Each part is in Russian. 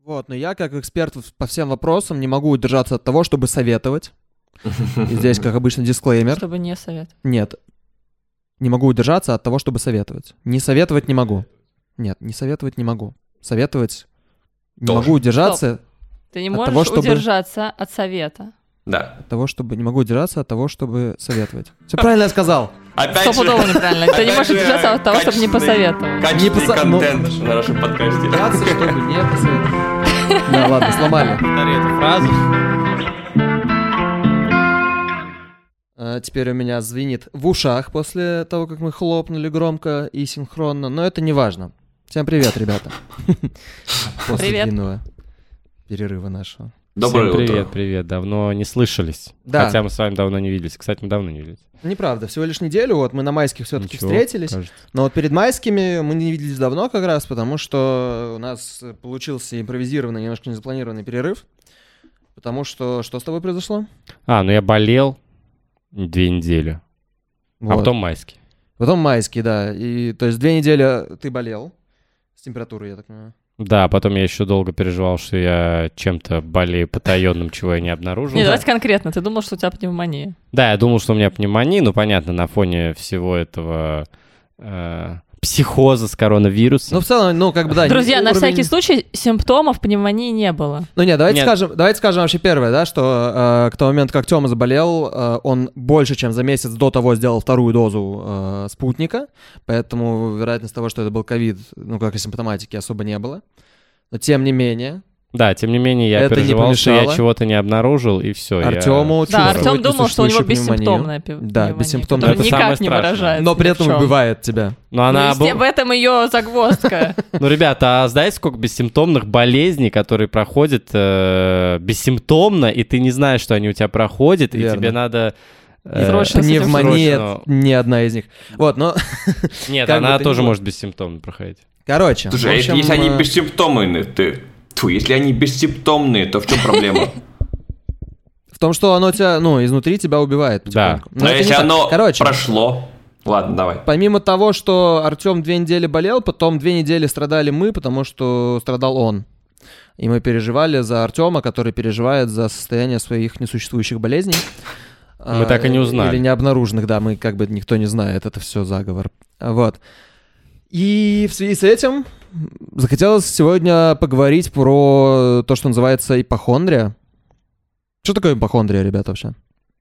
Вот, но я, как эксперт по всем вопросам, не могу удержаться от того, чтобы советовать. И здесь, как обычно, дисклеймер. Чтобы не советовать. Нет, не могу удержаться от того, чтобы советовать. Не советовать не могу. Нет, не советовать не могу. Советовать не могу удержаться. Ты не от можешь того, чтобы... удержаться от совета. Да. От того, чтобы... Не могу удержаться от того, чтобы советовать. Все правильно я сказал. Стопудово неправильно. Ты не можешь удержаться от того, чтобы не посоветовать. Качественный контент на нашем подкасте. Удержаться, чтобы не посоветовать. Да, ладно, сломали. Повтори эту фразу. Теперь у меня звенит в ушах после того, как мы хлопнули громко и синхронно, но это не важно. Всем привет, ребята. После Привет. длинного перерыва нашего. Доброе Всем утро. привет, привет. Давно не слышались. Да. Хотя мы с вами давно не виделись. Кстати, мы давно не виделись. Неправда, всего лишь неделю, вот мы на майских все-таки Ничего, встретились, кажется. но вот перед майскими мы не виделись давно как раз, потому что у нас получился импровизированный, немножко незапланированный перерыв, потому что... Что с тобой произошло? Ну я болел 2 недели, а Вот. потом майский. Потом майский, да, и то есть 2 недели ты болел с температурой, я так понимаю. Да, потом я еще долго переживал, что я чем-то болею потаенным, чего я не обнаружил. Не, давайте конкретно. Ты думал, что у тебя пневмония? Да, я думал, что у меня пневмония, ну понятно, на фоне всего этого психоза с коронавирусом. Ну, в целом, ну, как бы, да. Друзья, на уровень- всякий случай симптомов пневмонии не было. Ну, нет, давайте Нет. скажем вообще первое, да, что к тому моменту, как Тёма заболел, он больше, чем за месяц до того сделал вторую дозу спутника, поэтому вероятность того, что это был ковид, ну, как и симптоматики, особо не было. Но тем не менее, Да, тем не менее, я Это не переживал, что я помешало. чего-то не обнаружил, и все. Артёму Да, чувствовать Артём думал, что у него несуществующую бессимптомная пневмонию. Да, пневмония, бессимптомная. которая Это самое никак не страшное. выражается. Но при ни в этом чём. убивает тебя. Но она Ну, в этом ее загвоздка. Ну, ребята, а знаете, сколько бессимптомных болезней, которые проходят бессимптомно, и ты не знаешь, что они у тебя проходят, и Верно. тебе надо... Срочно с этим Пневмония срочно. не одна из них. Вот, но, Нет, как бы она то ни тоже было. может бессимптомно проходить. короче. Слушай, в а общем, если они бессимптомные, если они бессимптомные, то в чем проблема? В том, что оно тебя, ну, изнутри тебя убивает Да. потихоньку. Но это не если так. оно Короче, прошло... Ладно, давай. помимо того, что Артём 2 недели болел, потом 2 недели страдали мы, потому что страдал он. И мы переживали за Артёма, который переживает за состояние своих несуществующих болезней. Мы так и не узнали. Или необнаруженных, да, мы как бы никто не знает, это все заговор. Вот. И в связи с этим захотелось сегодня поговорить про то, что называется ипохондрия. Что такое ипохондрия, ребята, вообще?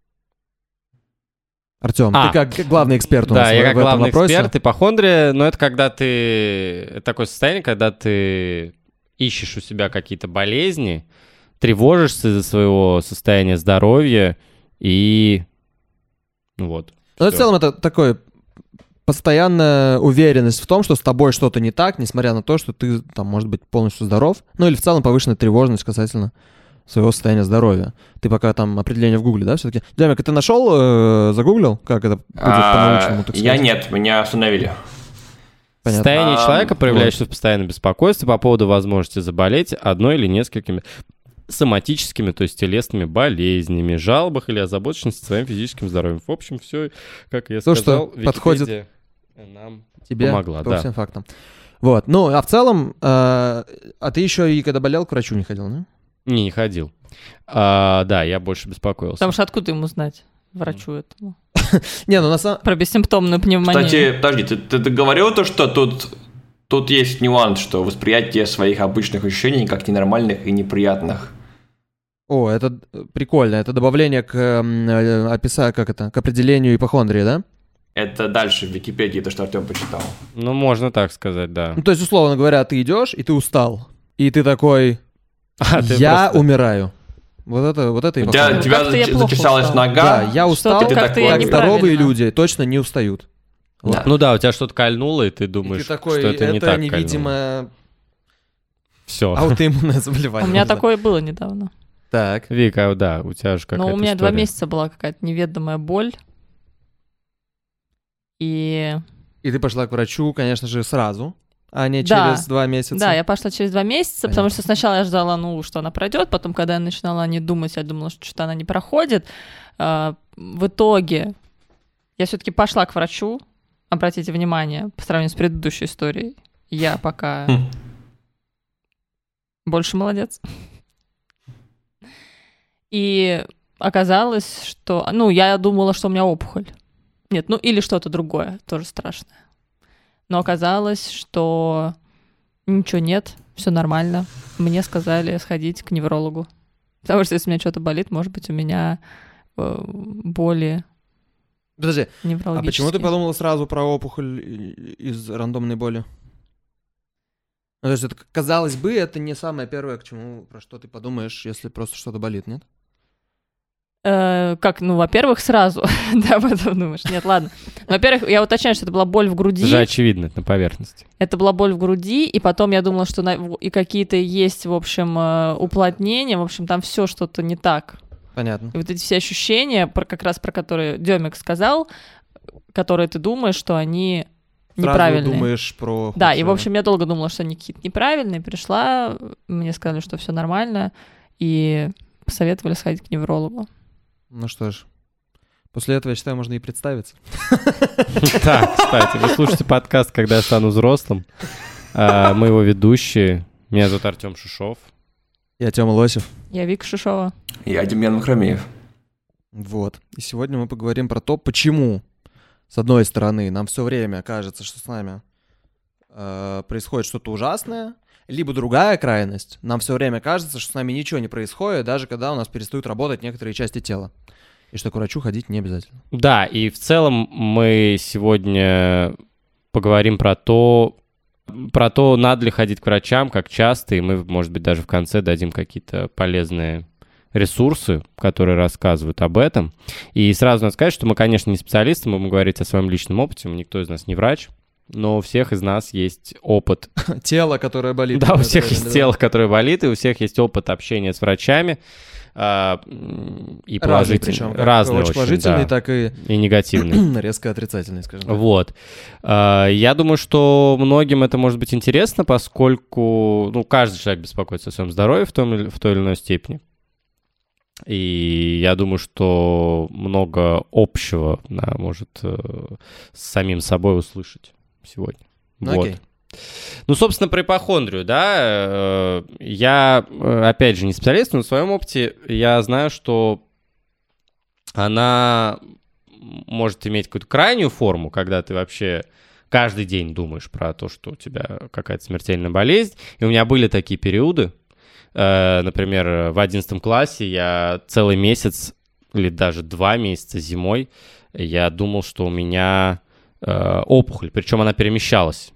Артём, ты как главный эксперт у нас Да, я в как этом главный вопросе. эксперт. Ипохондрия, но это когда ты... Это такое состояние, когда ты ищешь у себя какие-то болезни, тревожишься из-за своего состояния здоровья, и... Ну вот. Но в всё. целом это такое постоянная уверенность в том, что с тобой что-то не так, несмотря на то, что ты там, может быть, полностью здоров. Ну или в целом повышенная тревожность касательно своего состояния здоровья. Ты пока там определение в гугле, да, все-таки? Дямик, ты нашел, загуглил, как это будет по-научному, так Я сказать? нет, меня остановили. Понятно. Состояние человека, вот. проявляющее постоянное беспокойство по поводу возможности заболеть одной или несколькими соматическими, то есть телесными болезнями, жалобах или озабоченности своим физическим здоровьем. В общем, все, как я То, сказал, что подходит Википедия нам Тебе помогла, по да. всем фактам. Вот, ну, а в целом, а ты еще и когда болел, к врачу не ходил, да? Не ходил. Да, я больше беспокоился. Потому что откуда ему знать, врачу этому? Не, ну на самом... Про бессимптомную пневмонию. Кстати, подожди, ты говорил то, что тут есть нюанс, что восприятие своих обычных ощущений как ненормальных и неприятных. О, это прикольно, это добавление к к определению ипохондрии, да? Это дальше в Википедии, то, что Артем почитал. Ну, можно так сказать, да. Ну, то есть, условно говоря, ты идешь, и ты устал. И ты такой, Ты я просто- умираю. Вот это У ипохондрия. тебя как-то я плохо зачесалась устал. нога. Да, я устал, Что-то как-то я как здоровые неправильно. люди точно не устают. Да. Ну да, у тебя что-то кольнуло, и ты И думаешь, ты такой, что это не так кольнуло. невидимое Все. аутоиммунное У заболевание. меня не знаю. такое было недавно. Так. Вика, да, у тебя же какая-то Но у меня 2 история. месяца была какая-то неведомая боль. И И ты пошла к врачу, конечно же, сразу, а не Да. через 2 месяца. да, я пошла через 2 месяца, потому Понятно. что сначала я ждала, ну, что она пройдет, потом, когда я начинала о ней думать, я думала, что что-то она не проходит. В итоге я все-таки пошла к врачу, обратите внимание, по сравнению с предыдущей историей. Я пока больше молодец. И оказалось, что... Ну, я думала, что у меня опухоль. Нет, ну или что-то другое, тоже страшное. Но оказалось, что ничего нет, все нормально. Мне сказали сходить к неврологу. Потому что если у меня что-то болит, может быть, у меня боли Подожди, неврологические. а почему ты подумала сразу про опухоль из рандомной боли? Ну, то есть, это, казалось бы, это не самое первое, про что ты подумаешь, если просто что-то болит, нет? Как, ну, во-первых, сразу ты об этом думаешь. Нет, ладно. Во-первых, я уточняю, что это была боль в груди. Же очевидно, это на поверхности. Это была боль в груди, и потом я думала, что и какие-то есть, в общем, уплотнения, в общем, там все что-то не так. Понятно. И вот эти все ощущения, как раз про которые Демик сказал, которые ты думаешь, что они неправильные. Сразу думаешь про... Да, и, в общем, я долго думала, что они какие-то неправильные. Пришла, мне сказали, что все нормально, и посоветовали сходить к неврологу. Ну что ж, после этого, я считаю, можно и представиться. Так, кстати, вы слушаете подкаст «Когда я стану взрослым». Мы его ведущие. Меня зовут Артем Шишов. Я Тёма Лосев. Я Вика Шишова. Я Демьян Махрамеев. Вот. И сегодня мы поговорим про то, почему, с одной стороны, нам все время кажется, что с нами происходит что-то ужасное, либо другая крайность, нам все время кажется, что с нами ничего не происходит, даже когда у нас перестают работать некоторые части тела. И что к врачу ходить не обязательно. Да, и в целом мы сегодня поговорим про то, надо ли ходить к врачам, как часто, и мы, может быть, даже в конце дадим какие-то полезные ресурсы, которые рассказывают об этом. И сразу надо сказать, что мы, конечно, не специалисты, мы будем говорить о своем личном опыте, никто из нас не врач, но у всех из нас есть опыт. Тело, которое болит. Да, у всех есть тело, которое болит, и у всех есть опыт общения с врачами. И положительный. Разные очень, положительный, да. Так и негативный. Резко отрицательный, скажем так. Вот. Я думаю, что многим это может быть интересно, поскольку каждый человек беспокоится о своем здоровье в той или иной степени. И я думаю, что много общего может с самим собой услышать сегодня. Вот. Окей. Собственно, про ипохондрию, да, я, опять же, не специалист, но в своем опыте я знаю, что она может иметь какую-то крайнюю форму, когда ты вообще каждый день думаешь про то, что у тебя какая-то смертельная болезнь. И у меня были такие периоды. Например, в 11 классе я целый месяц или даже 2 месяца зимой я думал, что у меня опухоль, причем она перемещалась.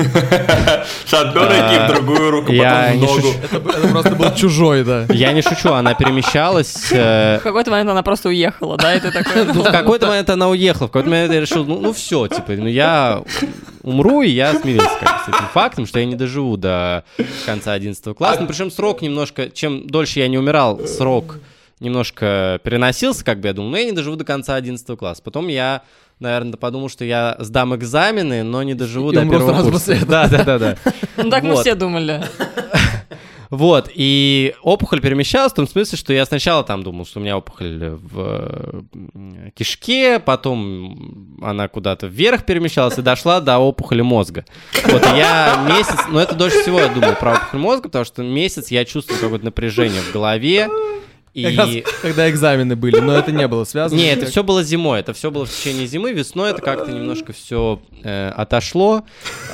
С одной ноги в другую руку, потом в ногу. Это просто был чужой, да. Я не шучу, она перемещалась. В какой-то момент она просто уехала, да? И ты такой... В какой-то момент она уехала, в какой-то момент я решил, все, типа, я умру, и я смирился с этим фактом, что я не доживу до конца 11 класса. Причем срок немножко, чем дольше я не умирал, срок немножко переносился, я думал, я не доживу до конца 11 класса. Потом я, наверное, подумал, что я сдам экзамены, но не доживу до первого курса. Да. Ну так мы все думали. Вот, и опухоль перемещалась в том смысле, что я сначала там думал, что у меня опухоль в кишке, потом она куда-то вверх перемещалась и дошла до опухоли мозга. Вот, и я месяц, это дольше всего я думал про опухоль мозга, потому что месяц я чувствовал какое-то напряжение в голове. Как раз, когда экзамены были, но это не было связано. Нет, это все было зимой, это все было в течение зимы, весной это как-то немножко все отошло,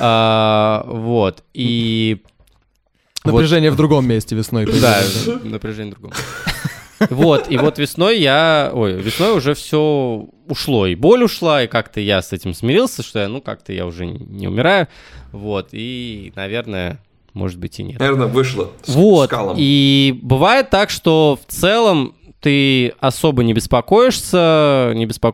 вот, и... Напряжение в другом месте весной. Да, напряжение в другом. Вот, и вот весной уже все ушло, и боль ушла, и как-то я с этим смирился, что как-то я уже не умираю, вот, и, наверное... Может быть и нет. Наверное, вышло вот. Скалом. И бывает так, что в целом ты особо не беспокоишься,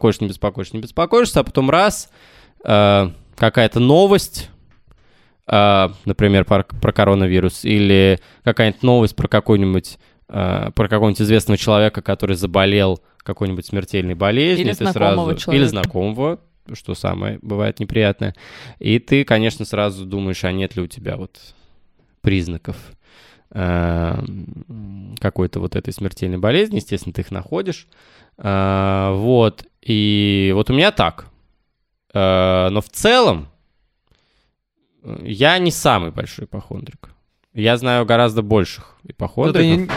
а потом раз, какая-то новость, например, про коронавирус, или какая-нибудь новость про какого-нибудь известного человека, который заболел какой-нибудь смертельной болезнью. Или знакомого человека. Или знакомого, что самое бывает неприятное. И ты, конечно, сразу думаешь, а нет ли у тебя признаков какой-то этой смертельной болезни, естественно, ты их находишь. Вот, и вот у меня так. Но в целом я не самый большой ипохондрик. Я знаю гораздо больших ипохондриков.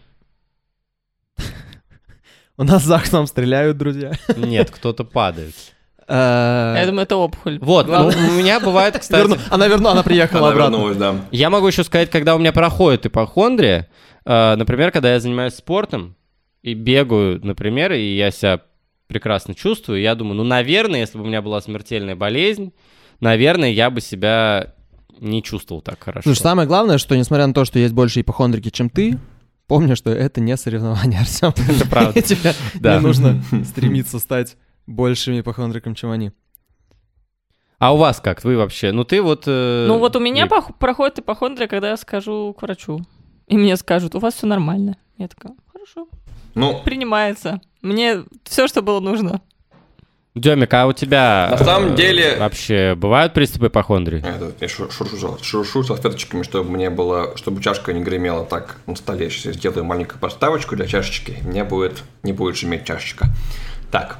У нас за окном стреляют, друзья. Нет, кто-то падает. Я думаю, это опухоль. Вот, ну, у меня бывает, кстати... Она приехала обратно. Вернулась, да. Я могу еще сказать, когда у меня проходит ипохондрия, например, когда я занимаюсь спортом и бегаю, например, и я себя прекрасно чувствую, я думаю, ну, наверное, если бы у меня была смертельная болезнь, наверное, я бы себя не чувствовал так хорошо. Слушай, самое главное, что несмотря на то, что есть больше ипохондрики, чем ты, помни, что это не соревнование, Артем. Это правда. Тебе не нужно стремиться стать большими ипохондриками, чем они. А у вас как? Вы вообще? Ну, ты вот... Ну, вот у меня проходит ипохондрия, когда я скажу к врачу. И мне скажут, у вас все нормально. Я такая, хорошо. Ну, Принимается. Мне все, что было нужно. Демик, а у тебя... На самом деле- Вообще бывают приступы ипохондрии? я шуршу салфеточками, чтобы мне было, чтобы чашка не гремела так на столе. Сейчас я сделаю маленькую подставочку для чашечки, и мне не будет шуметь чашечка. Так.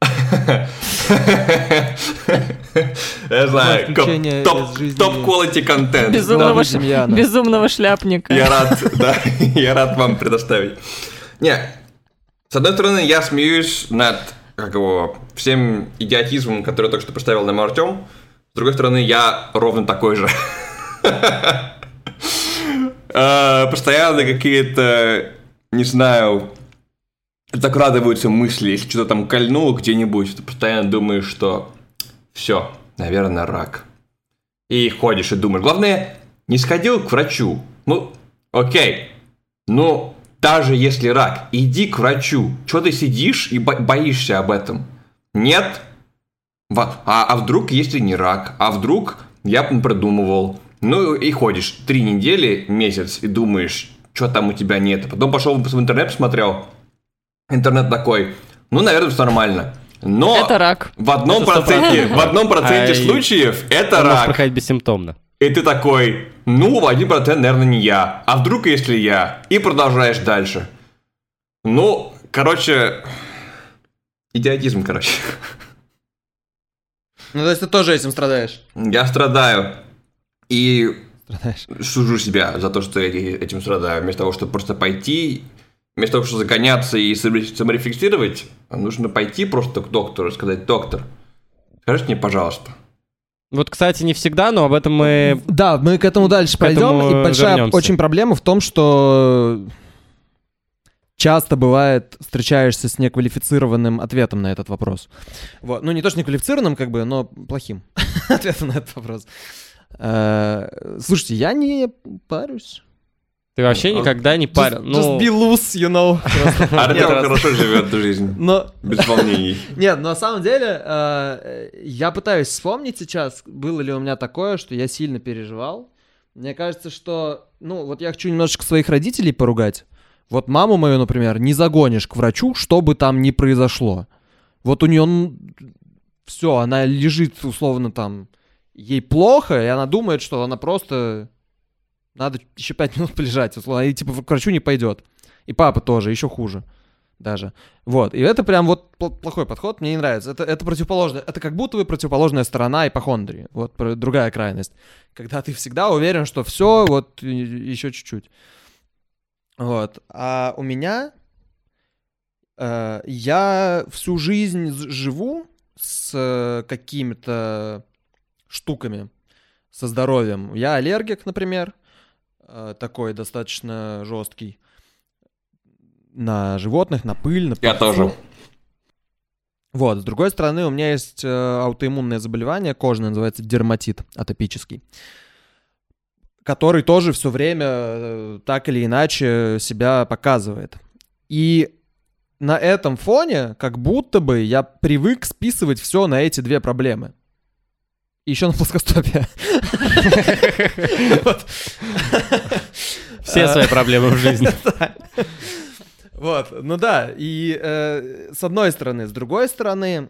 Я знаю, топ-quality контент. Безумного шляпника. Я рад вам предоставить. Не, с одной стороны, я смеюсь над всем идиотизмом, который только что представил нам Артем. С другой стороны, я ровно такой же. Постоянно какие-то, не знаю, закрадываются мысли, если что-то там кольнуло где-нибудь, ты постоянно думаешь, что все, наверное, рак. И ходишь и думаешь. Главное, не сходил к врачу. Ну, окей. Ну, даже если рак, иди к врачу. Чего ты сидишь и боишься об этом? Нет? А вдруг, если не рак? А вдруг я бы продумывал? Ну, и ходишь 3 недели, месяц, и думаешь, что там у тебя нет. Потом пошел в интернет, посмотрел. Интернет такой, ну, наверное, все нормально. Но это рак. В одном проценте случаев это рак. Может проходить бессимптомно. И ты такой, ну, 1%, наверное, не я. А вдруг, если я? И продолжаешь дальше. Ну, короче, идиотизм, короче. Ну, то есть ты тоже этим страдаешь? Я страдаю. И сужу себя за то, что я этим страдаю. Вместо того, чтобы просто пойти, вместо того, чтобы загоняться и саморефлексировать, нужно пойти просто к доктору и сказать, доктор, скажите мне, пожалуйста. Вот, кстати, не всегда, но об этом мы... Да, мы к этому дальше пойдем. И большая очень проблема в том, что часто бывает встречаешься с неквалифицированным ответом на этот вопрос. Вот. Ну, не то, что неквалифицированным, но плохим ответом на этот вопрос. Слушайте, я не парюсь. Ты вообще никогда не парил? Just be loose, you know. Артем хорошо живет жизнь. Без волнений. Нет, на самом деле, я пытаюсь вспомнить сейчас, было ли у меня такое, что я сильно переживал. Мне кажется, что... Ну, вот я хочу немножечко своих родителей поругать. Вот маму мою, например, не загонишь к врачу, что бы там ни произошло. Вот у нее... Все, она лежит, условно, там... Ей плохо, и она думает, что она просто... Надо еще 5 минут полежать, условно, и типа к врачу не пойдет. И папа тоже, еще хуже даже. Вот, и это прям вот плохой подход, мне не нравится. Это противоположное, это как будто бы противоположная сторона ипохондрии. Вот другая крайность. Когда ты всегда уверен, что все, вот еще чуть-чуть. Вот, а у меня... я всю жизнь живу с какими-то штуками, со здоровьем. Я аллергик, например, такой достаточно жесткий на животных, на пыль, на пыльцу. Я тоже. Вот, с другой стороны, у меня есть аутоиммунное заболевание кожное, называется дерматит атопический, который тоже все время так или иначе себя показывает. И на этом фоне как будто бы я привык списывать все на эти 2 проблемы. И еще на плоскостопие. Все свои проблемы в жизни. Вот, ну да, и с одной стороны. С другой стороны,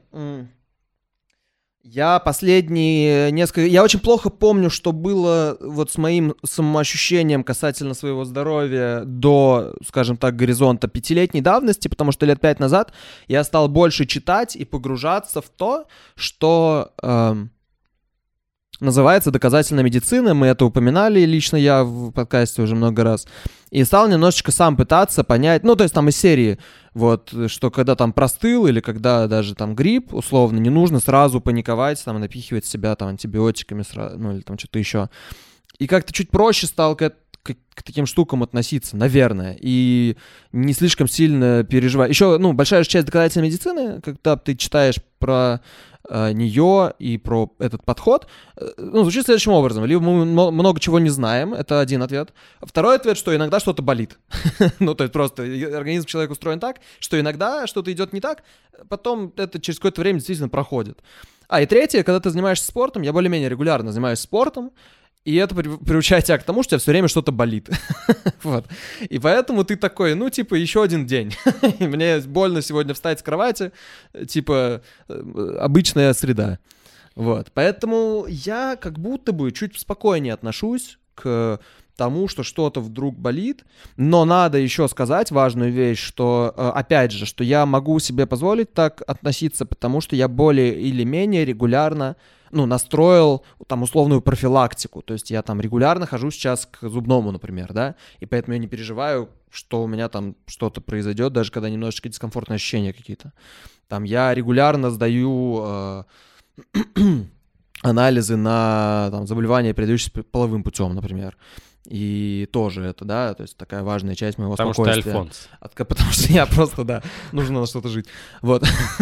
я последние несколько... Я очень плохо помню, что было вот с моим самоощущением касательно своего здоровья до, скажем так, горизонта 5-летней давности, потому что лет 5 назад я стал больше читать и погружаться в то, что... называется «Доказательная медицина». Мы это упоминали, лично я в подкасте уже много раз. И стал немножечко сам пытаться понять, ну, то есть там из серии, вот, что когда там простыл или когда даже там грипп, условно, не нужно сразу паниковать, там, напихивать себя там антибиотиками, ну, или там что-то еще. И как-то чуть проще стал к таким штукам относиться, наверное, и не слишком сильно переживать. Еще, ну, большая же часть доказательной медицины, когда ты читаешь про нее и про этот подход, ну, звучит следующим образом. Либо мы много чего не знаем, это один ответ. Второй ответ, что иногда что-то болит. Ну, то есть просто организм человека устроен так, что иногда что-то идет не так, потом это через какое-то время действительно проходит. И третье, когда ты занимаешься спортом, я более-менее регулярно занимаюсь спортом, и это приучает тебя к тому, что у тебя все время что-то болит. Вот. И поэтому ты такой, ну, типа, еще один день. Мне больно сегодня встать с кровати. Типа, обычная среда. Вот. Поэтому я как будто бы чуть спокойнее отношусь к тому, что что-то вдруг болит. Но надо еще сказать важную вещь, что, опять же, что я могу себе позволить так относиться, потому что я более или менее регулярно настроил там условную профилактику, то есть я там регулярно хожу сейчас к зубному, например, да, и поэтому я не переживаю, что у меня там что-то произойдет, даже когда немножечко дискомфортные ощущения какие-то. Там я регулярно сдаю анализы на там, заболевания, передающиеся половым путем, например. И тоже это, да, то есть такая важная часть моего спокойствия. Потому что ты Альфонс. Потому что я просто, да, нужно на что-то жить. Вот.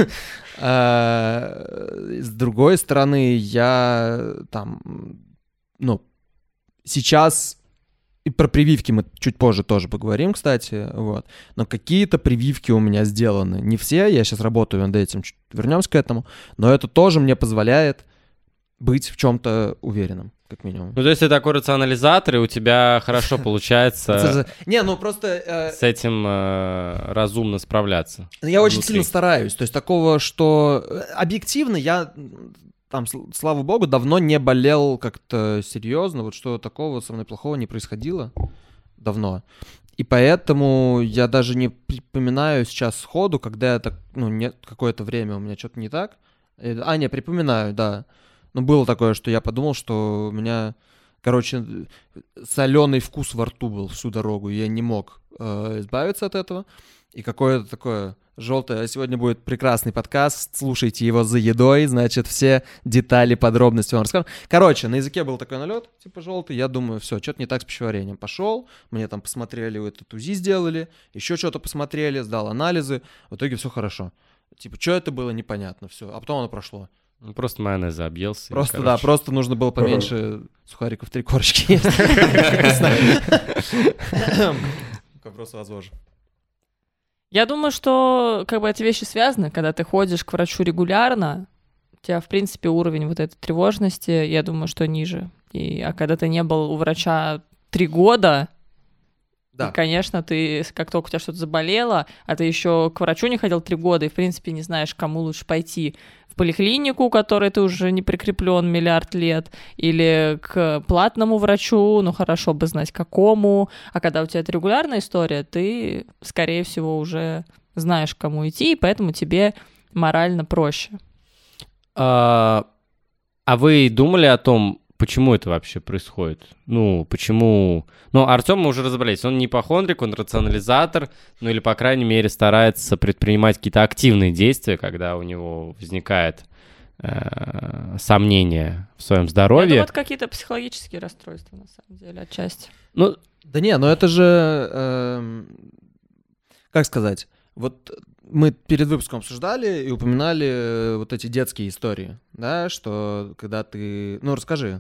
С другой стороны, я там, сейчас и про прививки мы чуть позже тоже поговорим, кстати, вот. Но какие-то прививки у меня сделаны. Не все, я сейчас работаю над этим, чуть вернемся к этому, но это тоже мне позволяет быть в чем-то уверенным, как минимум. Ну, то есть ты такой рационализатор, и у тебя хорошо получается просто с этим разумно справляться. Я очень сильно стараюсь. То есть такого, что объективно я, там, слава богу, давно не болел как-то серьезно, вот что такого со мной плохого не происходило давно. И поэтому я даже не припоминаю сейчас сходу, когда я так, нет, какое-то время у меня что-то не так. Не, припоминаю, да. Но было такое, что я подумал, что у меня, соленый вкус во рту был всю дорогу, и я не мог избавиться от этого. И какое-то такое желтое... Сегодня будет прекрасный подкаст, слушайте его за едой, значит, все детали, подробности вам расскажу. На языке был такой налет, типа желтый, я думаю, все, что-то не так с пищеварением. Пошел, мне там посмотрели, этот УЗИ сделали, еще что-то посмотрели, сдал анализы, в итоге все хорошо. Типа, что это было, непонятно, все, а потом оно прошло. Просто майонеза объелся. Просто, да, просто нужно было поменьше сухариков 3 корочки есть. К вопросу о ЗОЖ. Я думаю, что эти вещи связаны, когда ты ходишь к врачу регулярно, у тебя, в принципе, уровень вот этой тревожности, я думаю, что ниже. А когда ты не был у врача 3 года, да. И, конечно, ты, как только у тебя что-то заболело, а ты еще к врачу не ходил 3 года, и, в принципе, не знаешь, к кому лучше пойти. В поликлинику, к которой ты уже не прикреплен миллиард лет, или к платному врачу, хорошо бы знать, какому. А когда у тебя это регулярная история, ты, скорее всего, уже знаешь, к кому идти, и поэтому тебе морально проще. А вы думали о том, почему это вообще происходит? Почему... Артём, мы уже разобрались, он не ипохондрик, он рационализатор, или, по крайней мере, старается предпринимать какие-то активные действия, когда у него возникает сомнение в своем здоровье. Это какие-то психологические расстройства, на самом деле, отчасти. Да не, это же... как сказать? Вот мы перед выпуском обсуждали и упоминали вот эти детские истории, да, что когда ты... расскажи.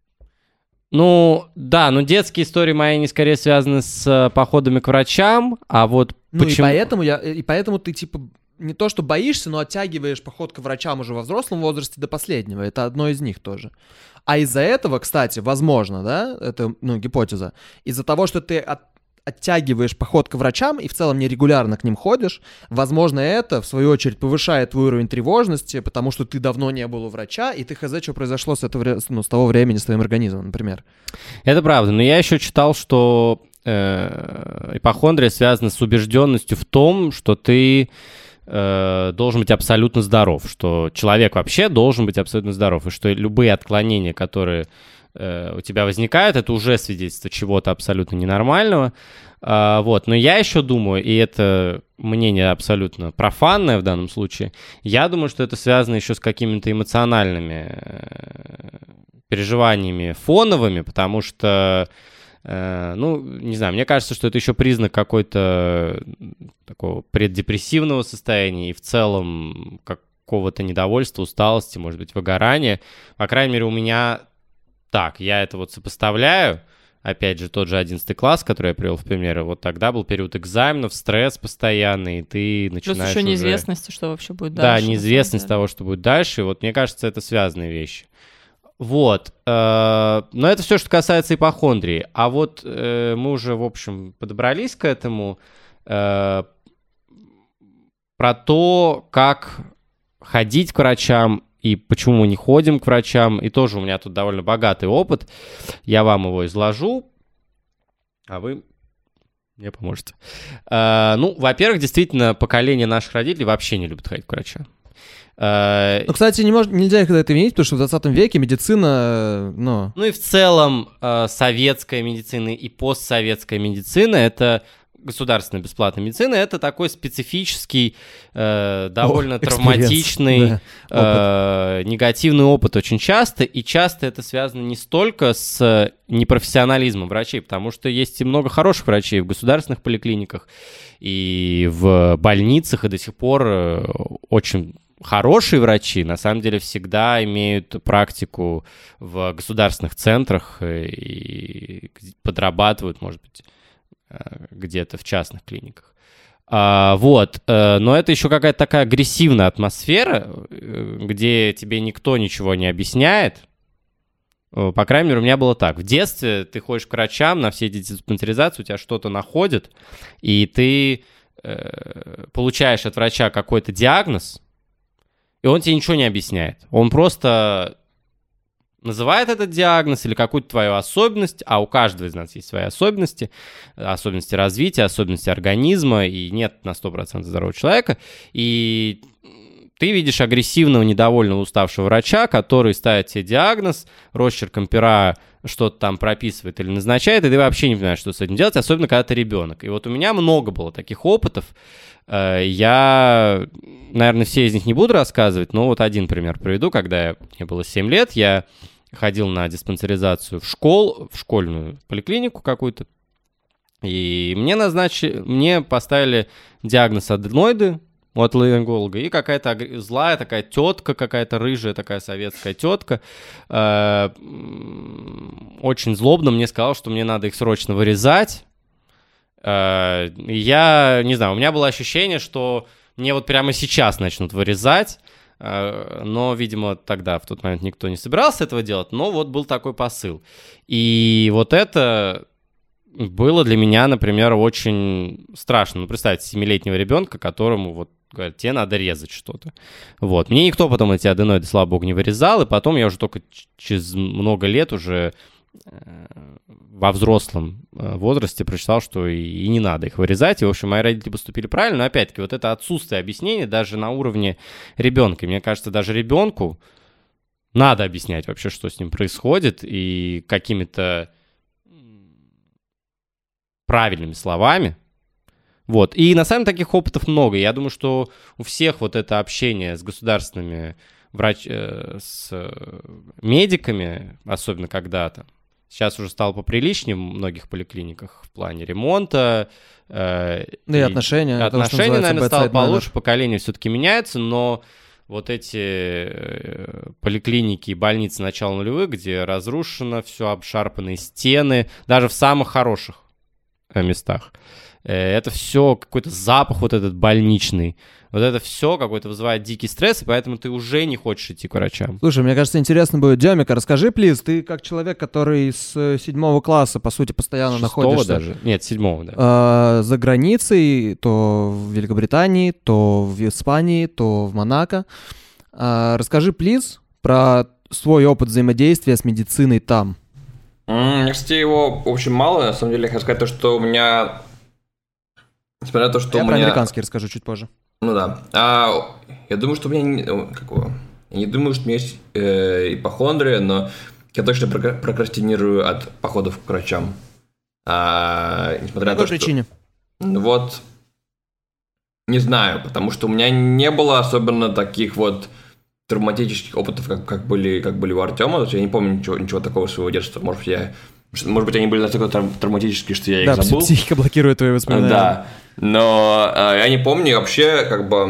Детские истории мои, они скорее связаны с походами к врачам, а вот почему... И поэтому ты, типа, не то что боишься, но оттягиваешь поход к врачам уже во взрослом возрасте до последнего. Это одно из них тоже. А из-за этого, кстати, возможно, да, это, гипотеза, из-за того, что ты оттягиваешь поход к врачам и в целом нерегулярно к ним ходишь, возможно, это, в свою очередь, повышает твой уровень тревожности, потому что ты давно не был у врача, и ты хз, что произошло с того времени с твоим организмом, например. Это правда, но я еще читал, что ипохондрия связана с убежденностью в том, что ты должен быть абсолютно здоров, что человек вообще должен быть абсолютно здоров, и что любые отклонения, которые у тебя возникают, это уже свидетельство чего-то абсолютно ненормального. Вот. Но я еще думаю, и это мнение абсолютно профанное в данном случае, я думаю, что это связано еще с какими-то эмоциональными переживаниями фоновыми, потому что, ну, не знаю, мне кажется, что это еще признак какой-то такого преддепрессивного состояния и в целом какого-то недовольства, усталости, может быть, выгорания. По крайней мере, у меня так, я это вот сопоставляю. Опять же, тот же 11 класс, который я привел в пример, вот тогда был период экзаменов, стресс постоянный, и ты начинаешь плюс еще неизвестности, что вообще будет дальше. Да, неизвестность того, что будет дальше. Вот мне кажется, это связанные вещи. Вот. Но это все, что касается ипохондрии. А вот мы уже, в общем, подобрались к этому. Про то, как ходить к врачам, и почему мы не ходим к врачам, и тоже у меня тут довольно богатый опыт. Я вам его изложу, а вы мне поможете. Ну, во-первых, действительно, поколение наших родителей вообще не любит ходить к врачам. Ну, кстати, нельзя их это винить, потому что в 20 веке медицина, ну... Ну и в целом советская медицина и постсоветская медицина — это... Государственная бесплатная медицина — это такой специфический, довольно травматичный, негативный опыт очень часто, и часто это связано не столько с непрофессионализмом врачей, потому что есть и много хороших врачей в государственных поликлиниках и в больницах, и до сих пор очень хорошие врачи на самом деле всегда имеют практику в государственных центрах и подрабатывают, может быть, где-то в частных клиниках. Вот. Но это еще какая-то такая агрессивная атмосфера, где тебе никто ничего не объясняет. По крайней мере, у меня было так. В детстве ты ходишь к врачам на все эти диспансеризации, у тебя что-то находят, и ты получаешь от врача какой-то диагноз, и он тебе ничего не объясняет. Он просто называет этот диагноз или какую-то твою особенность, а у каждого из нас есть свои особенности, особенности развития, особенности организма, и нет на 100% здорового человека, и ты видишь агрессивного, недовольного, уставшего врача, который ставит тебе диагноз, росчерком пера что-то там прописывает или назначает, и ты вообще не понимаешь, что с этим делать, особенно когда ты ребенок. И вот у меня много было таких опытов. Я, наверное, все из них не буду рассказывать, но вот один пример приведу. Когда мне было 7 лет, я ходил на диспансеризацию в школьную поликлинику какую-то, и мне поставили диагноз аденоиды от ларинголога, и какая-то злая такая тетка, какая-то рыжая такая советская тетка, очень злобно мне сказала, что мне надо их срочно вырезать. Я не знаю, у меня было ощущение, что мне вот прямо сейчас начнут вырезать, но, видимо, тогда в тот момент никто не собирался этого делать, но вот был такой посыл. И вот это было для меня, например, очень страшно. Ну, представьте, 7-летнего ребенка, которому вот говорят, тебе надо резать что-то. Вот. Мне никто потом эти аденоиды, слава богу, не вырезал, и потом я уже только через много лет уже во взрослом возрасте прочитал, что и не надо их вырезать. И, в общем, мои родители поступили правильно. Но, опять-таки, вот это отсутствие объяснения даже на уровне ребенка. Мне кажется, даже ребенку надо объяснять вообще, что с ним происходит, и какими-то правильными словами. Вот. И на самом деле таких опытов много. Я думаю, что у всех вот это общение с государственными с медиками, особенно когда-то, сейчас уже стало поприличнее в многих поликлиниках в плане ремонта. И отношения. Отношения, наверное, стало получше, поколение все-таки меняется, но вот эти поликлиники и больницы начала нулевых, где разрушено все, обшарпанные стены, даже в самых хороших местах. Это все какой-то запах вот этот больничный. Вот это все какой-то вызывает дикий стресс, и поэтому ты уже не хочешь идти к врачам. Слушай, мне кажется, интересно будет, Демика, расскажи, плиз, ты как человек, который с 7 класса, по сути, постоянно находишься... даже? Нет, 7, да. За границей, то в Великобритании, то в Испании, то в Монако. Расскажи, плиз, про свой опыт взаимодействия с медициной там. Кстати, его, в общем, мало. На самом деле, я хочу сказать то, что у меня... Несмотря на то, что я у про меня... американский расскажу чуть позже. Ну да. Я думаю, что у меня... Я не думаю, что у меня есть ипохондрия, но я точно прокрастинирую от походов к врачам. Несмотря По какой причине? Вот, не знаю, потому что у меня не было особенно таких вот травматических опытов, как были у Артема. То есть я не помню ничего такого своего детства. Может быть, они были настолько травматические, что я их забыл. Да, психика блокирует твои воспоминания. Да, но я не помню вообще,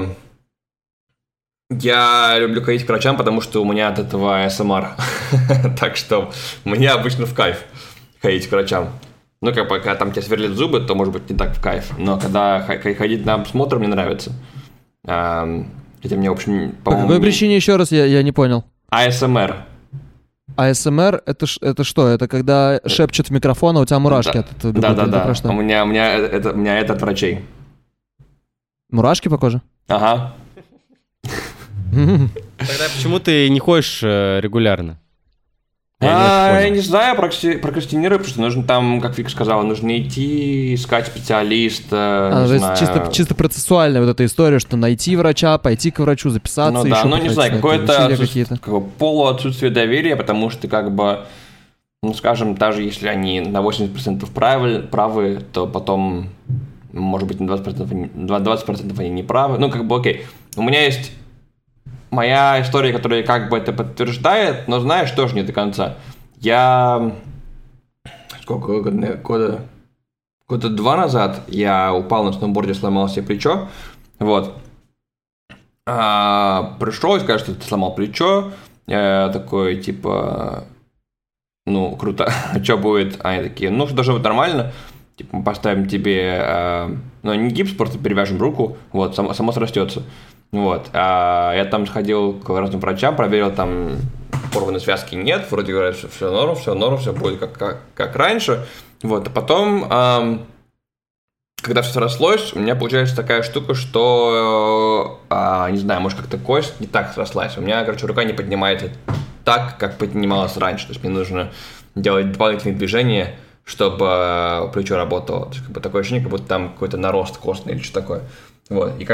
я люблю ходить к врачам, потому что у меня от этого АСМР. Так что мне обычно в кайф ходить к врачам. Ну, когда там тебя сверлят зубы, то, может быть, не так в кайф. Но когда ходить на осмотр, мне нравится. Хотя мне, в общем, по какой причине, еще раз, я не понял? АСМР. АСМР это что? Это когда шепчут в микрофон, а у тебя мурашки? Да. У меня это от врачей. Мурашки по коже? Ага. Тогда почему ты не ходишь регулярно? Я не знаю, прокрастинирую, потому что нужно там, как Вика сказала, нужно идти, искать специалиста. То есть чисто процессуальная вот эта история, что найти врача, пойти к врачу, записаться. Ну да, не знаю, какое-то полуотсутствие доверия, потому что скажем, даже если они на 80% правы, то потом, может быть, на 20% они не правы. Окей. У меня есть моя история, которая это подтверждает, но знаешь, тоже не до конца. Я... Года 2 назад я упал на сноуборде, сломал себе плечо. Вот. Пришел и сказал, что ты сломал плечо. Я такой, типа... круто. Что будет? Они такие, что должно быть нормально. Типа, мы поставим тебе... не гипс, просто перевяжем руку. Вот, само срастется. Вот, я там сходил к разным врачам, проверил, там порванной связки нет, вроде говорят, что все норм, все будет как раньше. Вот, а потом, когда все срослось, у меня получается такая штука, что, не знаю, может как-то кость не так срослась. У меня, рука не поднимается так, как поднималась раньше. То есть мне нужно делать дополнительные движения, чтобы плечо работало. То есть, такое ощущение, как будто там какой-то нарост костный или что такое. Вот, и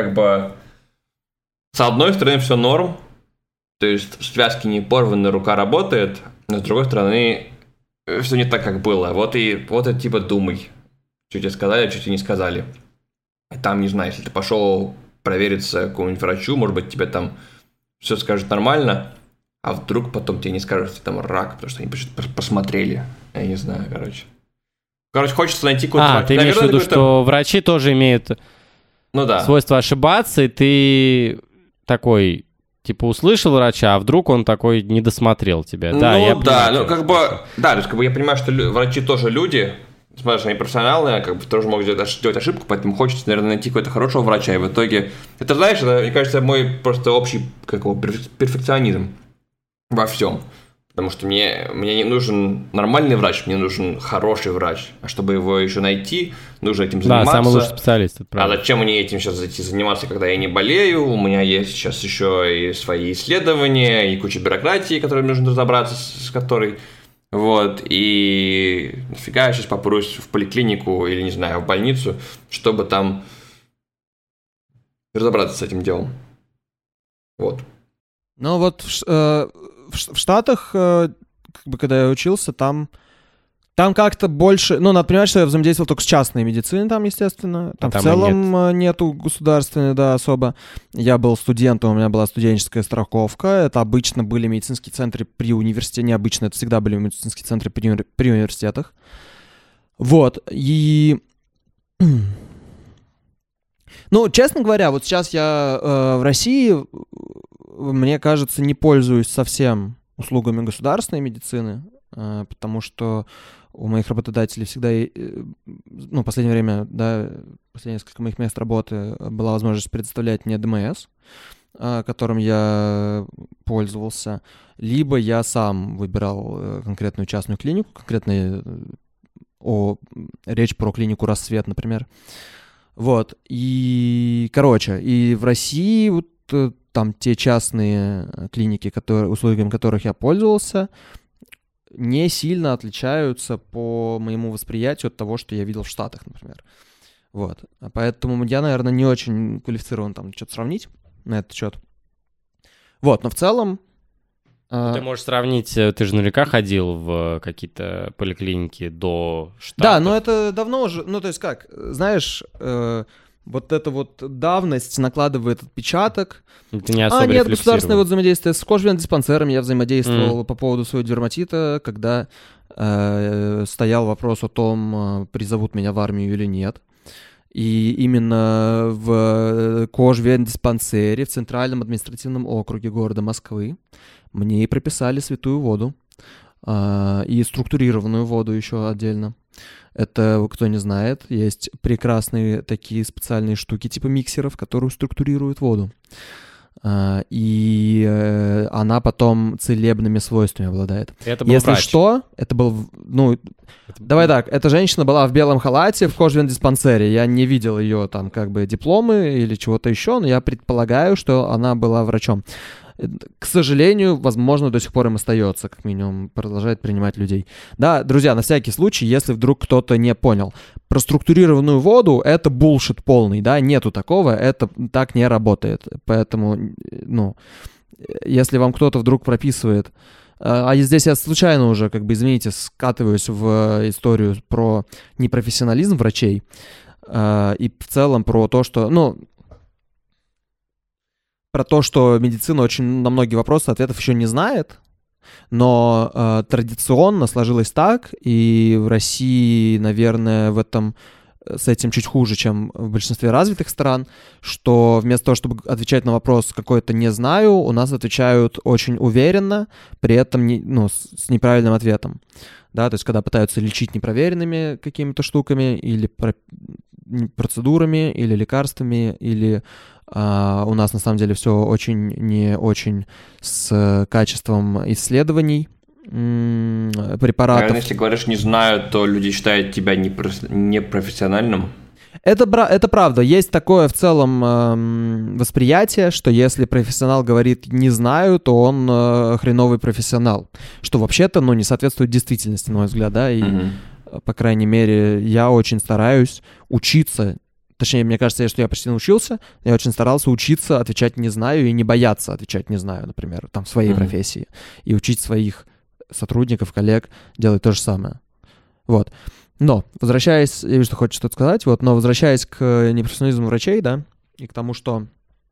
с одной стороны, все норм, то есть связки не порваны, рука работает, но с другой стороны, все не так, как было. Вот и типа думай, что тебе сказали, что тебе не сказали. И там, не знаю, если ты пошел провериться к какому-нибудь врачу, может быть, тебе там все скажут нормально, а вдруг потом тебе не скажут, что там рак, потому что они посмотрели. Я не знаю, хочется найти какой-то врач. Ты имеешь в виду, что врачи тоже имеют свойство ошибаться, и ты... такой, типа, услышал врача, а вдруг он такой не досмотрел тебя. Я понимаю, что врачи тоже люди, несмотря на что они профессионалы, тоже могут сделать ошибку, поэтому хочется, наверное, найти какого-то хорошего врача, и в итоге... Это, знаешь, мне кажется, мой просто общий перфекционизм во всем. Потому что мне не нужен нормальный врач, мне нужен хороший врач. А чтобы его еще найти, нужно этим заниматься. Да, самый лучший специалист. А зачем мне этим сейчас заниматься, когда я не болею? У меня есть сейчас еще и свои исследования, и куча бюрократии, которой нужно разобраться, с которой... Вот, и нафига я сейчас попрусь в поликлинику или, не знаю, в больницу, чтобы там разобраться с этим делом. Вот. В Штатах, когда я учился, там как-то больше... надо понимать, что я взаимодействовал только с частной медициной там, естественно. Там в целом нету государственной, особо. Я был студентом, у меня была студенческая страховка. Это обычно были медицинские центры при университете. Необычно, это всегда были медицинские центры при университетах. Вот, и... честно говоря, вот сейчас я в России... мне кажется, не пользуюсь совсем услугами государственной медицины, потому что у моих работодателей всегда, в последнее время, последние несколько моих мест работы была возможность предоставлять мне ДМС, которым я пользовался, либо я сам выбирал конкретную частную клинику, речь про клинику «Рассвет», например. Вот, и в России там те частные клиники, услугами которых я пользовался, не сильно отличаются по моему восприятию от того, что я видел в Штатах, например. Вот. Поэтому я, наверное, не очень квалифицирован там что-то сравнить на этот счет. Вот, но в целом... Ты можешь сравнить, ты же наверняка ходил в какие-то поликлиники до Штатов. Да, но это давно уже, ну то есть как, знаешь, вот эта вот давность накладывает отпечаток. Ты не особо нет, государственное рефлексировал. вот взаимодействие с кожно-диспансерами я взаимодействовал по поводу своего дерматита, когда стоял вопрос о том, призовут меня в армию или нет. И именно в кожвендиспансере в Центральном административном округе города Москвы мне и прописали святую воду. И структурированную воду еще отдельно. Это, кто не знает, есть прекрасные такие специальные штуки типа миксеров, которые структурируют воду. И она потом целебными свойствами обладает. Это был Если врач. что, это был, давай так, эта женщина была в белом халате в кожвендиспансере. Я не видел ее там как бы дипломы или чего-то еще, но я предполагаю, что она была врачом. К сожалению, возможно, до сих пор им остается, как минимум, продолжает принимать людей. Да, друзья, на всякий случай, если вдруг кто-то не понял, про структурированную воду — это булшит полный, да, нету такого, это так не работает. Поэтому, если вам кто-то вдруг прописывает... А здесь я случайно уже, как бы, извините, скатываюсь в историю про непрофессионализм врачей и в целом про то, что, про то, что медицина очень на многие вопросы ответов еще не знает, но традиционно сложилось так, и в России, наверное, с этим чуть хуже, чем в большинстве развитых стран, что вместо того, чтобы отвечать на вопрос какой-то «не знаю», у нас отвечают очень уверенно, при этом с неправильным ответом. Да, то есть когда пытаются лечить непроверенными какими-то штуками или процедурами, или лекарствами, или у нас на самом деле все очень не очень с качеством исследований препаратов. Наверное, если говоришь «не знаю», то люди считают тебя непрофессиональным. Это правда. Есть такое в целом восприятие, что если профессионал говорит «не знаю», то он хреновый профессионал. Что вообще-то, не соответствует действительности, на мой взгляд, да, и, по крайней мере, я очень стараюсь учиться. Точнее, мне кажется, что я почти научился. Я очень старался учиться отвечать «не знаю» и не бояться отвечать «не знаю», например, там, в своей профессии. И учить своих сотрудников, коллег делать то же самое. Вот. Но, возвращаясь, я вижу, что хочешь что-то сказать, но возвращаясь к непрофессионализму врачей, да, и к тому, что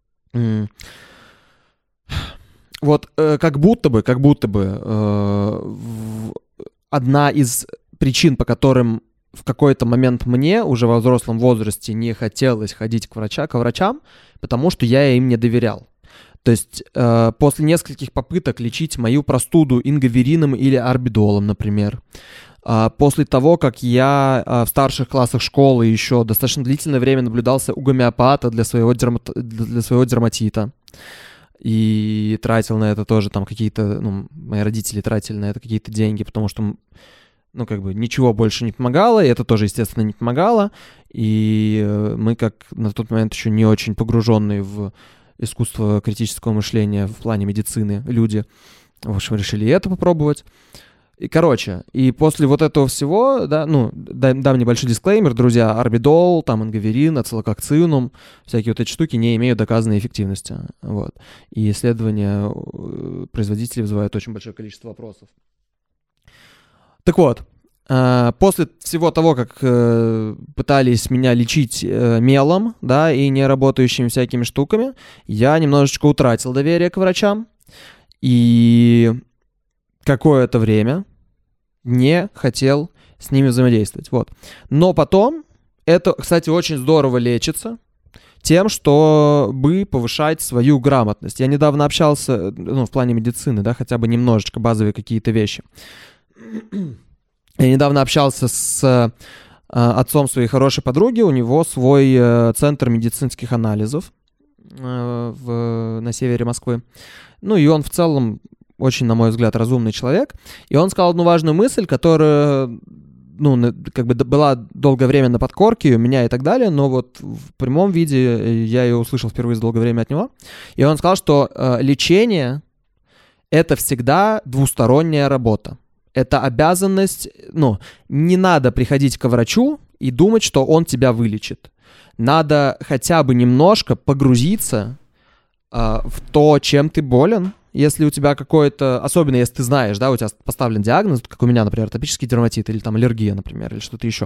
как будто бы одна из причин, по которым в какой-то момент мне уже во взрослом возрасте не хотелось ходить к врачам, потому что я им не доверял. То есть после нескольких попыток лечить мою простуду ингаверином или орбидолом, например, после того, как я в старших классах школы еще достаточно длительное время наблюдался у гомеопата для своего дерматита и тратил на это тоже там какие-то, мои родители тратили на это какие-то деньги, потому что ничего больше не помогало, и это тоже, естественно, не помогало, и мы, как на тот момент еще не очень погруженные в искусство критического мышления в плане медицины люди, в общем, решили и это попробовать. И, и после вот этого всего, да, дам небольшой дисклеймер, друзья, орбидол, там, ингаверин, ацилококцинум, всякие вот эти штуки не имеют доказанной эффективности, вот. И исследования производителей вызывают очень большое количество вопросов. Так вот, после всего того, как пытались меня лечить мелом, да, и неработающими всякими штуками, я немножечко утратил доверие к врачам, и какое-то время не хотел с ними взаимодействовать, вот. Но потом это, кстати, очень здорово лечится тем, чтобы повышать свою грамотность. Я недавно общался, в плане медицины, да, хотя бы немножечко базовые какие-то вещи. Я недавно общался с отцом своей хорошей подруги, у него свой центр медицинских анализов на севере Москвы. И он в целом очень, на мой взгляд, разумный человек. И он сказал одну важную мысль, которая, была долгое время на подкорке у меня и так далее, но вот в прямом виде я ее услышал впервые за долгое время от него. И он сказал, что лечение — это всегда двусторонняя работа. Это обязанность, не надо приходить к врачу и думать, что он тебя вылечит. Надо хотя бы немножко погрузиться в то, чем ты болен. Если у тебя какой-то, особенно если ты знаешь, да, у тебя поставлен диагноз, как у меня, например, атопический дерматит или там аллергия, например, или что-то еще.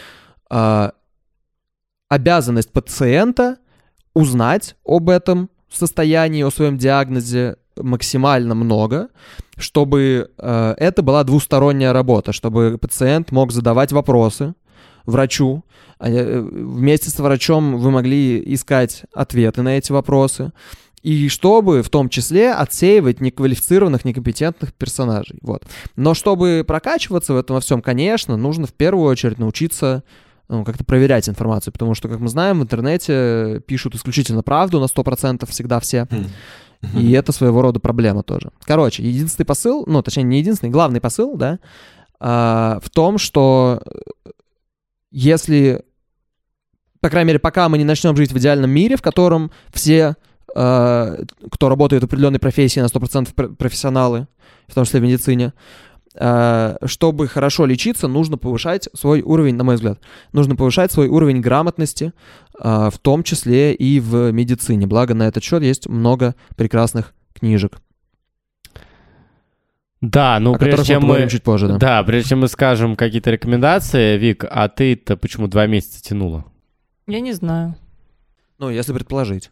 Обязанность пациента узнать об этом состоянии, о своем диагнозе максимально много, чтобы это была двусторонняя работа, чтобы пациент мог задавать вопросы врачу. Вместе с врачом вы могли искать ответы на эти вопросы. И чтобы в том числе отсеивать неквалифицированных, некомпетентных персонажей. Вот. Но чтобы прокачиваться в этом во всем, конечно, нужно в первую очередь научиться как-то проверять информацию, потому что, как мы знаем, в интернете пишут исключительно правду на 100% всегда все. И это своего рода проблема тоже. Короче, единственный посыл, ну, точнее, не единственный, главный посыл, да, в том, что если, по крайней мере, пока мы не начнем жить в идеальном мире, в котором все, кто работает в определенной профессии, на 100% профессионалы, в том числе в медицине, чтобы хорошо лечиться, нужно повышать свой уровень, на мой взгляд, нужно повышать свой уровень грамотности, в том числе и в медицине. Благо, на этот счет есть много прекрасных книжек. Да, ну прежде чем мы чуть позже, да. Да, прежде чем мы скажем какие-то рекомендации, Вик, а ты-то почему 2 месяца тянула? Я не знаю. Ну, если предположить.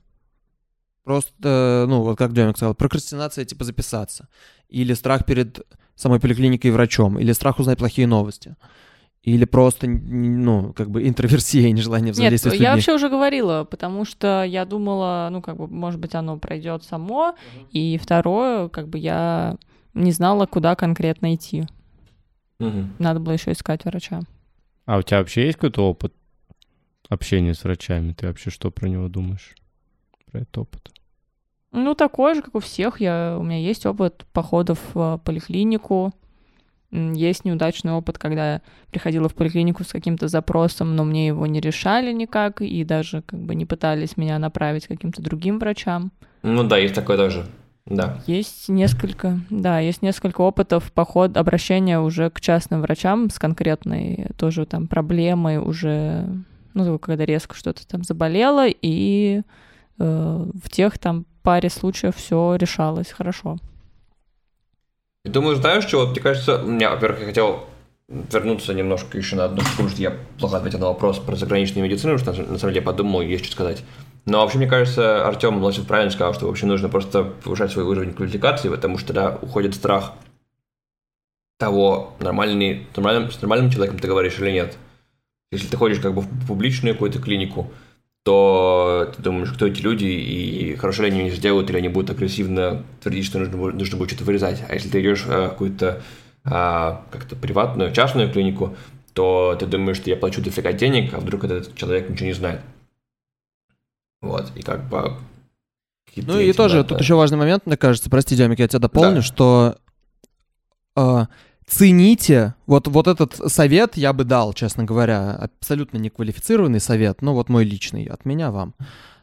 Просто, ну, вот как Демик сказал, прокрастинация типа записаться. Или страх перед самой поликлиникой и врачом. Или страх узнать плохие новости. Или просто, ну, как бы интроверсия и нежелание взаимодействовать с людьми. Я вообще уже говорила, потому что я думала, ну, как бы, может быть, оно пройдет само. И второе, как бы я не знала, куда конкретно идти. Надо было еще искать врача. А у тебя вообще есть какой-то опыт общения с врачами? Ты вообще что про него думаешь? Про этот опыт? Ну, такой же, как у всех. У меня есть опыт походов в поликлинику. Есть неудачный опыт, когда я приходила в поликлинику с каким-то запросом, но мне его не решали никак, и даже как бы не пытались меня направить к каким-то другим врачам. Ну да, есть такое тоже. Да. Есть несколько опытов обращения уже к частным врачам с конкретной тоже там проблемой уже, ну, когда резко что-то там заболело, и в тех там паре случаев все решалось хорошо. Я думаю, знаешь, что, вот, мне кажется, во-первых, я хотел вернуться немножко еще на одну секунду, что я плохо ответил на вопрос про заграничную медицину, что на самом деле подумал, есть что сказать. Но вообще, мне кажется, Артем Молодцев правильно сказал, что вообще нужно просто повышать свой уровень квалификации, потому что тогда уходит страх того, с нормальным человеком ты говоришь или нет. Если ты ходишь как бы в публичную какую-то клинику, то ты думаешь, кто эти люди, и хорошо ли они не сделают, или они будут агрессивно твердить, что нужно будет что-то вырезать. А если ты идешь в какую-то как-то приватную, частную клинику, то ты думаешь, что я плачу дофига денег, а вдруг этот человек ничего не знает. Вот, и как бы... Ну и тоже, тут еще важный момент, мне кажется, прости, Демик, я тебя дополню, да. Что цените, вот этот совет я бы дал, честно говоря, абсолютно неквалифицированный совет, ну вот мой личный, от меня вам.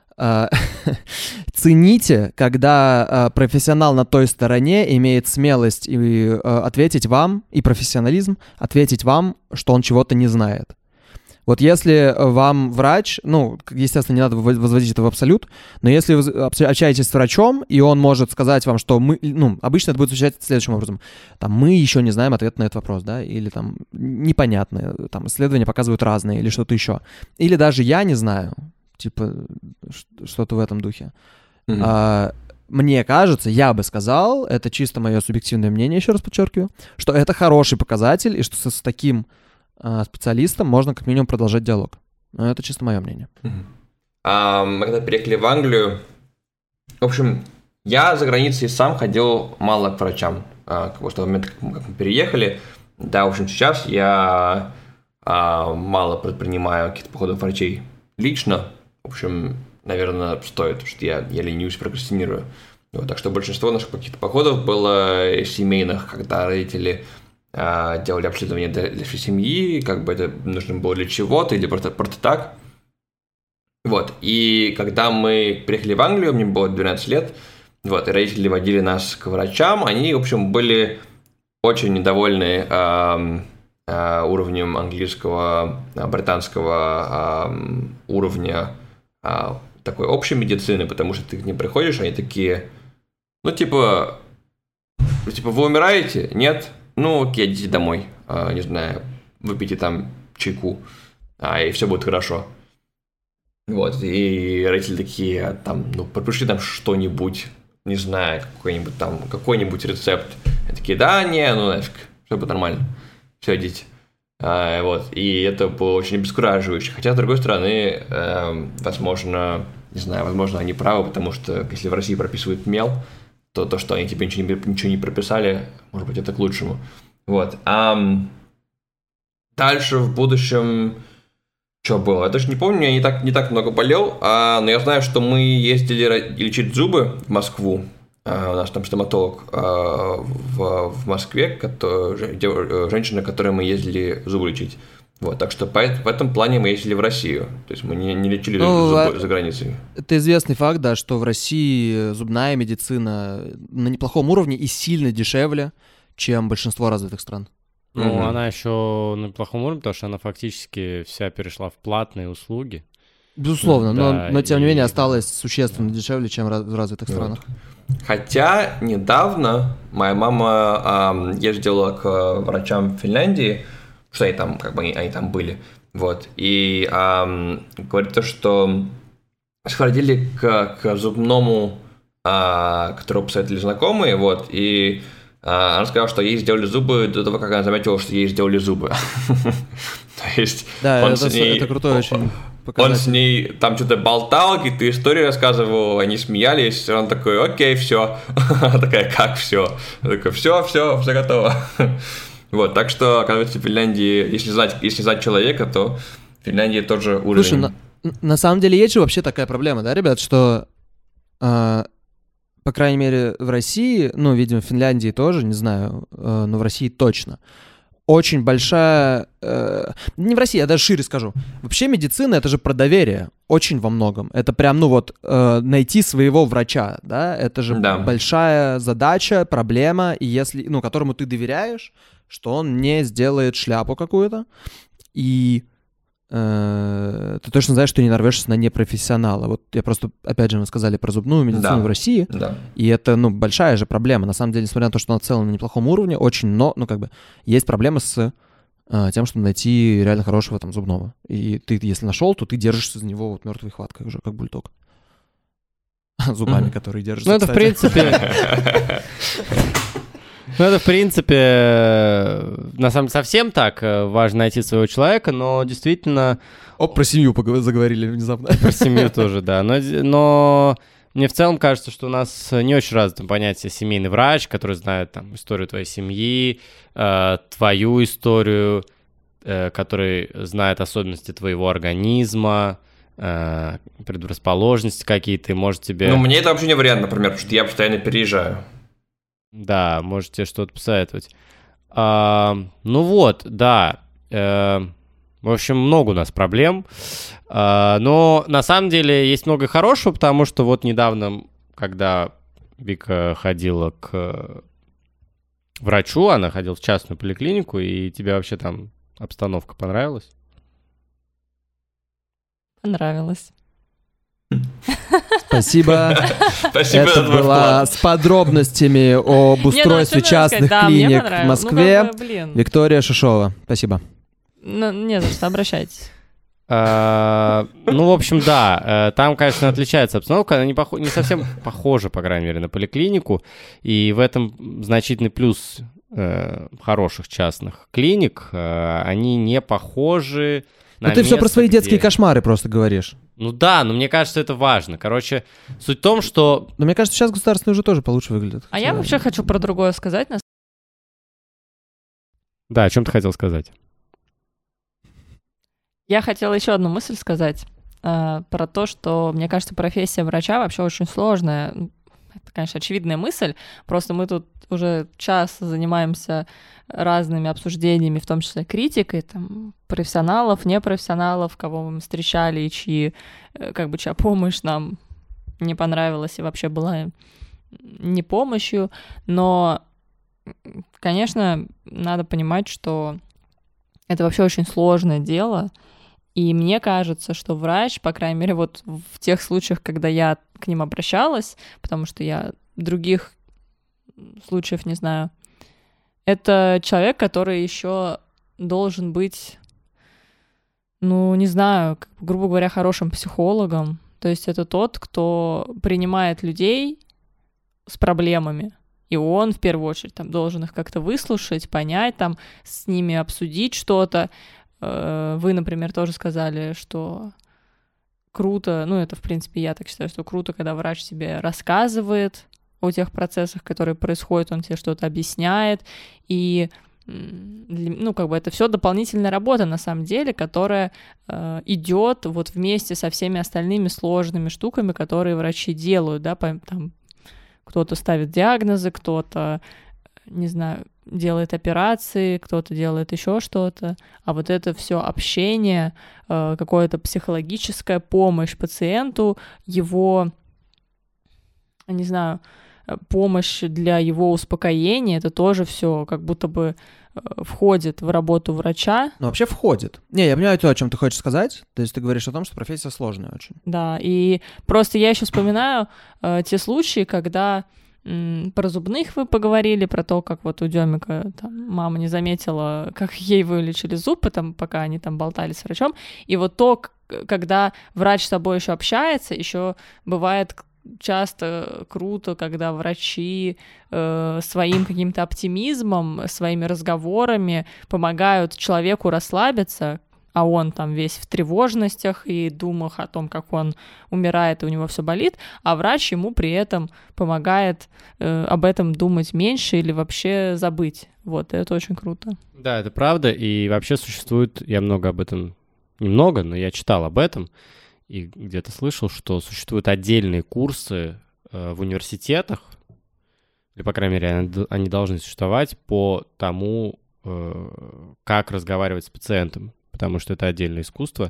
Цените, когда профессионал на той стороне имеет смелость и ответить вам, и профессионализм, ответить вам, что он чего-то не знает. Вот если вам врач, ну, естественно, не надо возводить это в абсолют, но если вы общаетесь с врачом, и он может сказать вам, что мы, ну, обычно это будет звучать следующим образом, там, мы еще не знаем ответ на этот вопрос, да, или там, непонятно, там, исследования показывают разные, или что-то еще. Или даже я не знаю, типа, что-то в этом духе. Мне кажется, я бы сказал, это чисто мое субъективное мнение, еще раз подчеркиваю, что это хороший показатель, и что с таким специалистом можно как минимум продолжать диалог. Но это чисто мое мнение. Мы когда переехали в Англию, в общем, я за границей сам ходил мало к врачам. С того момента, как мы переехали, да, в общем, сейчас я мало предпринимаю каких-то походов врачей лично. В общем, наверное, стоит, потому что я ленюсь, прокрастинирую. Вот, так что большинство наших каких-то походов было семейных, когда родители делали обследование для всей семьи, как бы это нужно было для чего-то или просто так. Вот, и когда мы приехали в Англию, мне было 12 лет, вот, и родители водили нас к врачам, они, в общем, были очень недовольны уровнем английского, британского уровня такой общей медицины, потому что ты к ним приходишь, они такие, ну, типа, вы умираете? Нет? Ну, окей, идите домой, не знаю, выпейте там чайку, и все будет хорошо. Вот, и родители такие, там, ну, пришли там что-нибудь, не знаю, какой-нибудь рецепт. И такие, да, не, ну нафиг, все будет нормально, все, идите. Вот, и это было очень обескураживающе. Хотя, с другой стороны, возможно, не знаю, возможно, они правы, потому что если в России прописывают мел, то, что они тебе ничего не прописали, может быть, это к лучшему. Вот. Дальше в будущем... Что было? Я даже не помню, я не так много болел, но я знаю, что мы ездили лечить зубы в Москву. У нас там стоматолог в Москве, женщина, которой мы ездили зубы лечить. Вот, так что в этом плане мы ездили в Россию. То есть мы не лечили зубы за границей. Это известный факт, да, что в России зубная медицина на неплохом уровне и сильно дешевле, чем большинство развитых стран. Ну, она еще на плохом уровне, потому что она фактически вся перешла в платные услуги. Безусловно, Да, но тем не менее осталось существенно дешевле, чем в развитых странах. Хотя недавно моя мама ездила к врачам в Финляндии, что они там, они там были, вот, и говорит то, что сходили к зубному, которого посоветовали знакомые, вот, и она сказала, что ей сделали зубы до того, как она заметила, что ей сделали зубы. То есть... Да, это крутой очень показатель. Он с ней там что-то болтал, какие-то истории рассказывал, они смеялись, он такой, окей, все. Она такая, как все? Он такой, все готово. Вот, так что, оказывается, в Финляндии, если знать человека, то в Финляндии тоже уровень... Слушай, на самом деле есть же вообще такая проблема, да, ребят, что... По крайней мере, в России, ну, видимо, в Финляндии тоже, не знаю, но в России точно, очень большая... Не в России, я даже шире скажу. Вообще медицина — это же про доверие, очень во многом. Это прям, ну вот, найти своего врача, да, это же большая задача, проблема, и если, ну, которому ты доверяешь, что он не сделает шляпу какую-то, и... ты точно знаешь, что не нарвешься на непрофессионала. Вот я просто, опять же, мы сказали про зубную медицину в России, и это, ну, большая же проблема. На самом деле, несмотря на то, что она в целом на неплохом уровне, очень, ну, как бы, есть проблемы с тем, чтобы найти реально хорошего там зубного. И ты, если нашел, то ты держишься за него вот мертвой хваткой уже, как бульдог. Зубами, которые держатся. Ну, это, в принципе... Ну, это, в принципе, на самом деле совсем так. Важно найти своего человека, но действительно... Про семью заговорили внезапно. Про семью тоже, да. Но мне в целом кажется, что у нас не очень развито понятие семейный врач, который знает там историю твоей семьи, твою историю, который знает особенности твоего организма, предрасположенности какие-то, и может тебе... Ну, мне это вообще не вариант, например, потому что я постоянно переезжаю. Да, можете что-то посоветовать. Ну вот, да. В общем, много у нас проблем. Но на самом деле есть много хорошего, потому что вот недавно, когда Вика ходила к врачу, она ходила в частную поликлинику, и тебе вообще там обстановка понравилась? Понравилось. Спасибо. Спасибо. Это было с подробностями об устройстве частных клиник в Москве. Виктория Шишова. Спасибо. Не за что, обращайтесь. Ну, в общем, да, там, конечно, отличается обстановка, она не совсем похожа, по крайней мере, на поликлинику, и в этом значительный плюс хороших частных клиник, они не похожи на место, ты все про свои детские кошмары просто говоришь. Ну да, но мне кажется, это важно. Короче, суть в том, что... Но мне кажется, сейчас государственные уже тоже получше выглядят. А я вообще хочу про другое сказать. Да, о чем ты хотел сказать? Я хотела еще одну мысль сказать про то, что, мне кажется, профессия врача вообще очень сложная. Это, конечно, очевидная мысль, просто мы тут уже час занимаемся разными обсуждениями, в том числе критикой, там, профессионалов, непрофессионалов, кого мы встречали, и чья помощь нам не понравилась и вообще была не помощью. Но, конечно, надо понимать, что Это вообще очень сложное дело. И мне кажется, что врач, по крайней мере, вот в тех случаях, когда я к ним обращалась, потому что я других случаев не знаю, это человек, который еще должен быть, ну, не знаю, грубо говоря, хорошим психологом. То есть это тот, кто принимает людей с проблемами. И он, в первую очередь, там, должен их как-то выслушать, понять, там, с ними обсудить что-то. Вы, например, тоже сказали, что круто, ну, это, в принципе, я так считаю, что круто, когда врач тебе рассказывает о тех процессах, которые происходят, он тебе что-то объясняет, и, ну, как бы это все дополнительная работа, на самом деле, которая идет вот вместе со всеми остальными сложными штуками, которые врачи делают, да, там, кто-то ставит диагнозы, кто-то, не знаю, делает операции, кто-то делает еще что-то, а вот это все общение, какая-то психологическая помощь пациенту, его, не знаю, помощь для его успокоения, это тоже все как будто бы входит в работу врача. Ну, вообще входит. Не, я понимаю то, о чем ты хочешь сказать. То есть ты говоришь о том, что профессия сложная очень. Да, и просто я еще вспоминаю те случаи, когда про зубных вы поговорили, про то, как вот у Демика там, мама не заметила, как ей вылечили зубы, там, пока они там болтали с врачом. И вот то, когда врач с тобой еще общается, еще бывает часто круто, когда врачи своим каким-то оптимизмом, своими разговорами помогают человеку расслабиться, а он там весь в тревожностях и думах о том, как он умирает, и у него все болит, а врач ему при этом помогает об этом думать меньше или вообще забыть. Вот, это очень круто. Да, это правда, и вообще существует, я много об этом, немного, но я читал об этом, и где-то слышал, что существуют отдельные курсы в университетах, или, по крайней мере, они должны существовать по тому, как разговаривать с пациентом, потому что это отдельное искусство,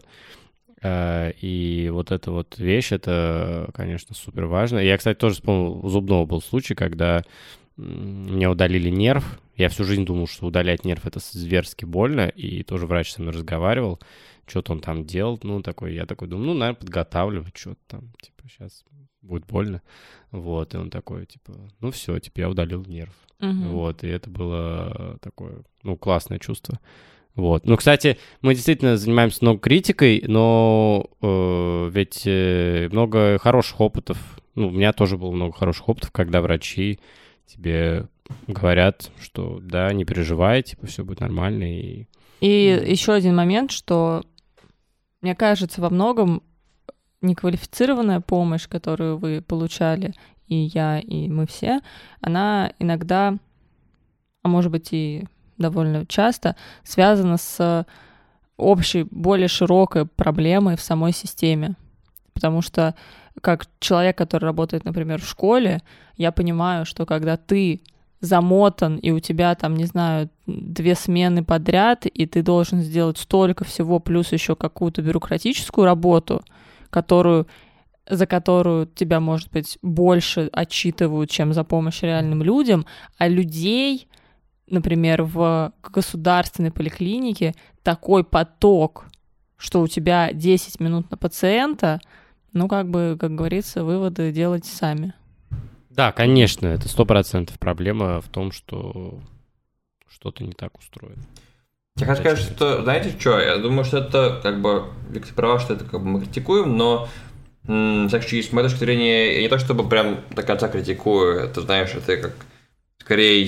и вот эта вот вещь, это, конечно, супер важно. Я, кстати, тоже вспомнил, у зубного был случай, когда мне удалили нерв. Я всю жизнь думал, что удалять нерв — это зверски больно, и тоже врач со мной разговаривал, что-то он там делал, ну, такой, я такой думаю, ну, наверное, подготавливать что-то там, типа, сейчас будет больно, вот, и он такой, типа, ну, все, типа, я удалил нерв, вот, и это было такое, ну, классное чувство, вот. Ну, кстати, мы действительно занимаемся много критикой, но ведь много хороших опытов, ну, у меня тоже было много хороших опытов, когда врачи тебе говорят, что, да, не переживай, типа, все будет нормально, и еще один момент, что, мне кажется, во многом неквалифицированная помощь, которую вы получали, и я, и мы все, она иногда, а может быть и довольно часто, связана с общей, более широкой проблемой в самой системе. Потому что как человек, который работает, например, в школе, я понимаю, что когда ты замотан, и у тебя там, не знаю, 2 смены подряд, и ты должен сделать столько всего, плюс еще какую-то бюрократическую работу, за которую тебя, может быть, больше отчитывают, чем за помощь реальным людям, а людей, например, в государственной поликлинике такой поток, что у тебя 10 минут на пациента, ну, как бы, как говорится, выводы делайте сами. Да, конечно, это 100% проблема в том, что что-то не так устроено. Я хочу сказать, что, знаете что, я думаю, что это, как бы, Виктор права, что это, как бы, мы критикуем, но, так что, с моей точки зрения, я не то чтобы прям до конца критикую, это, знаешь, это как, скорее,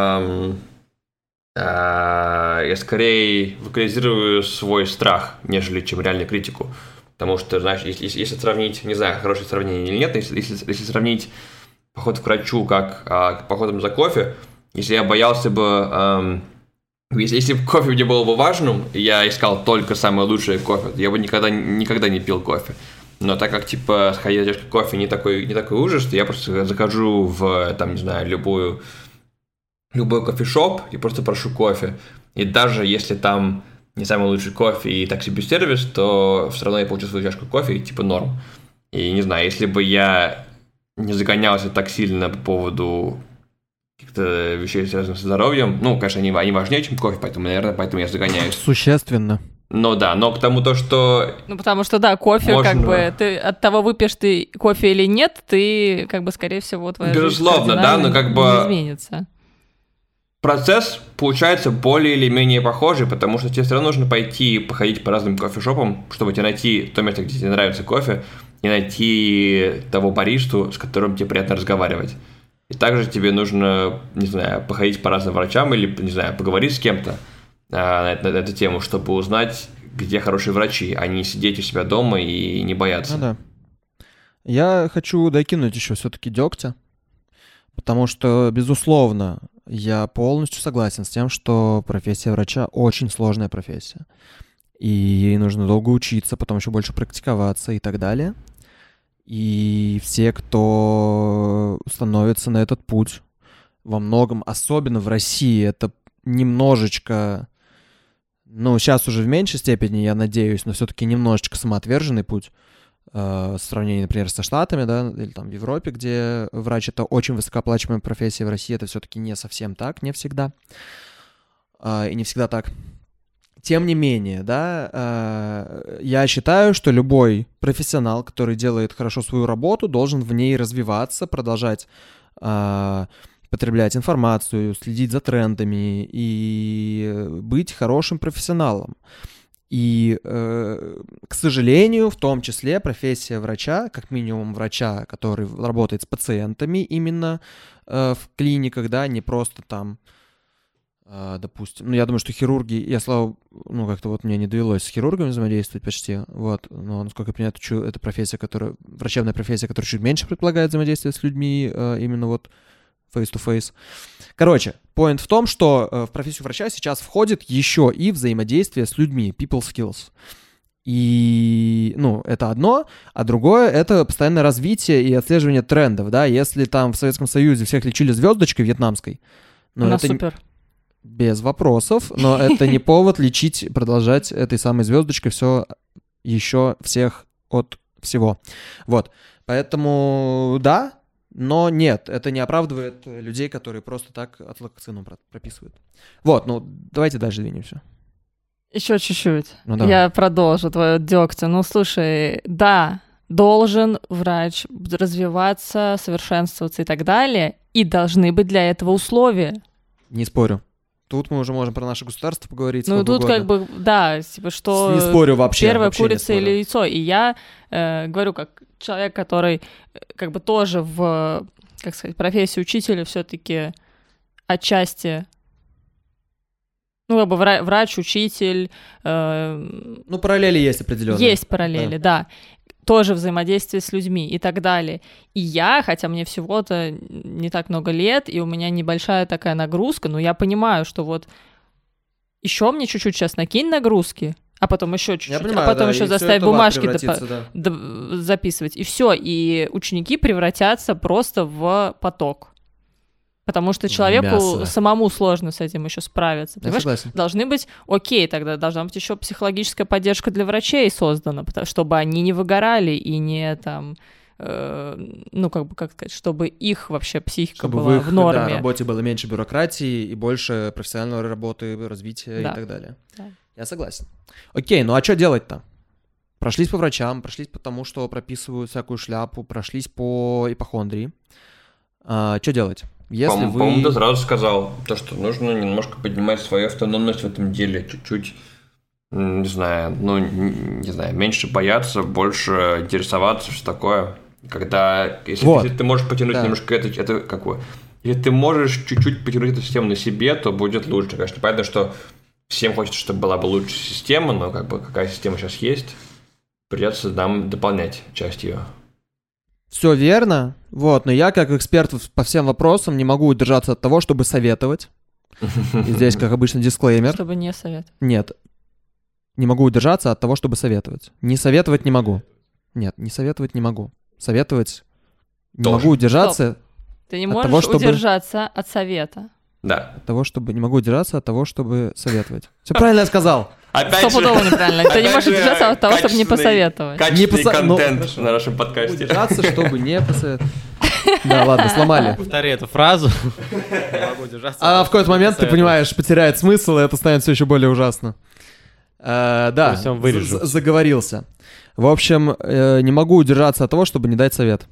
я скорее вокализирую свой страх, нежели чем реальную критику, потому что, знаешь, если сравнить, не знаю, хорошее сравнение или нет, если сравнить поход к врачу как походом за кофе, если я боялся бы, если бы кофе мне было бы важным, я искал только самое лучшее кофе, я бы никогда не пил кофе. Но так как, типа, сходить за чашкой кофе не такой ужас, что я просто захожу в, там, не знаю, любой кофешоп и просто прошу кофе. И даже если там не самый лучший кофе и так себе сервис, то все равно я получу свою чашку кофе и, типа, норм. И, не знаю, если бы я не загонялся так сильно по поводу каких-то вещей, связанных со здоровьем. Ну, конечно, они важнее, чем кофе, поэтому я загоняюсь. Существенно. Но к тому то, что... Ну, потому что, да, кофе, можно... как бы, ты от того, выпьешь ты кофе или нет, ты, как бы, скорее всего, твоя Безусловно, жизнь да, но как бы... не изменится. Процесс получается более или менее похожий, потому что тебе все равно нужно пойти походить по разным кофешопам, чтобы тебе найти то место, где тебе нравится кофе, и найти того баристу, с которым тебе приятно разговаривать. И также тебе нужно, не знаю, походить по разным врачам или, не знаю, поговорить с кем-то на эту тему, чтобы узнать, где хорошие врачи, а не сидеть у себя дома и не бояться. Ну да. Я хочу докинуть еще все-таки дегтя, потому что, безусловно, я полностью согласен с тем, что профессия врача очень сложная профессия. И ей нужно долго учиться, потом еще больше практиковаться и так далее. И все, кто становится на этот путь, во многом, особенно в России, это немножечко, ну, сейчас уже в меньшей степени, я надеюсь, но все-таки немножечко самоотверженный путь в сравнении, например, со Штатами, да, или там в Европе, где врач — это очень высокооплачиваемая профессия. В России это все-таки не совсем так, не всегда. И не всегда так. Тем не менее, да, я считаю, что любой профессионал, который делает хорошо свою работу, должен в ней развиваться, продолжать потреблять информацию, следить за трендами и быть хорошим профессионалом. И, к сожалению, в том числе профессия врача, как минимум врача, который работает с пациентами именно в клиниках, да, не просто там, допустим, ну, я думаю, что хирурги, как-то вот мне не довелось с хирургами взаимодействовать почти, вот, но, насколько я понимаю, это профессия, врачебная профессия, которая чуть меньше предполагает взаимодействие с людьми, именно вот face-to-face. Короче, point в том, что в профессию врача сейчас входит еще и взаимодействие с людьми, people skills. И, ну, это одно, а другое — это постоянное развитие и отслеживание трендов, да, если там в Советском Союзе всех лечили звездочкой вьетнамской, ну, это супер. Без вопросов, но это не повод лечить, продолжать этой самой звездочкой все еще всех от всего. Вот, поэтому, да, но нет, это не оправдывает людей, которые просто так атлакцину прописывают. Вот, ну, давайте дальше двинемся. Еще чуть-чуть. Ну, да. Я продолжу твою дегтю. Ну, слушай, да, должен врач развиваться, совершенствоваться и так далее, и должны быть для этого условия. Не спорю. Тут мы уже можем про наше государство поговорить. Ну, тут как бы, да, типа, что... Не спорю вообще. Первая вообще курица или яйцо. И я говорю, как человек, который как бы тоже в, как сказать, профессии учителя все-таки отчасти... Ну, как бы врач, учитель... Ну, параллели есть определенные. Есть параллели, да. Тоже взаимодействие с людьми и так далее. И я, хотя мне всего-то не так много лет, и у меня небольшая такая нагрузка, но я понимаю, что вот еще мне чуть-чуть сейчас накинь нагрузки, а потом еще чуть-чуть, понимаю, а потом да, еще и заставить всё это бумажки записывать. И все, и ученики превратятся просто в поток. Потому что человеку самому сложно с этим еще справиться. Я согласен. Должны быть, окей, тогда должна быть еще психологическая поддержка для врачей создана, чтобы они не выгорали и не там, ну, как бы, как сказать, чтобы их вообще психика чтобы была в их, в норме. Да, работе было меньше бюрократии и больше профессиональной работы, развития да. и так далее. Да. Я согласен. Окей, ну а что делать-то? Прошлись по врачам, прошлись по тому, что прописывают всякую шляпу, прошлись по ипохондрии. Что делать? Если По-моему, ты сразу сказал, то, что нужно немножко поднимать свою автономность в этом деле, чуть-чуть, не знаю, меньше бояться, больше интересоваться, что такое. Когда, если ты можешь потянуть немножко это какое? Если ты можешь чуть-чуть потянуть эту систему на себе, то будет лучше. Конечно, понятно, что всем хочется, чтобы была бы лучшая система, но как бы какая система сейчас есть, придется нам дополнять часть ее. Все верно, вот, но я как эксперт по всем вопросам не могу удержаться от того, чтобы советовать. И здесь, как обычно, дисклеймер. Чтобы не советовать. Нет, не могу удержаться от того, чтобы советовать. Не советовать не могу. Нет, не советовать не могу. Советовать не могу удержаться. Стоп. Ты не можешь удержаться от совета. Да. От того, чтобы... Не могу удержаться от того, чтобы советовать. Все правильно я сказал. Стопудово неправильно. Ты не можешь удержаться от того, чтобы не посоветовать. Качественный контент на нашем подкасте. Удержаться, чтобы не посоветовать. Да, ладно, сломали. Повтори эту фразу. Не могу удержаться. А в какой-то момент, ты понимаешь, потеряет смысл, и это станет все еще более ужасно. Да, Пусть он вырежут. заговорился. В общем, не могу удержаться от того, чтобы не дать совет.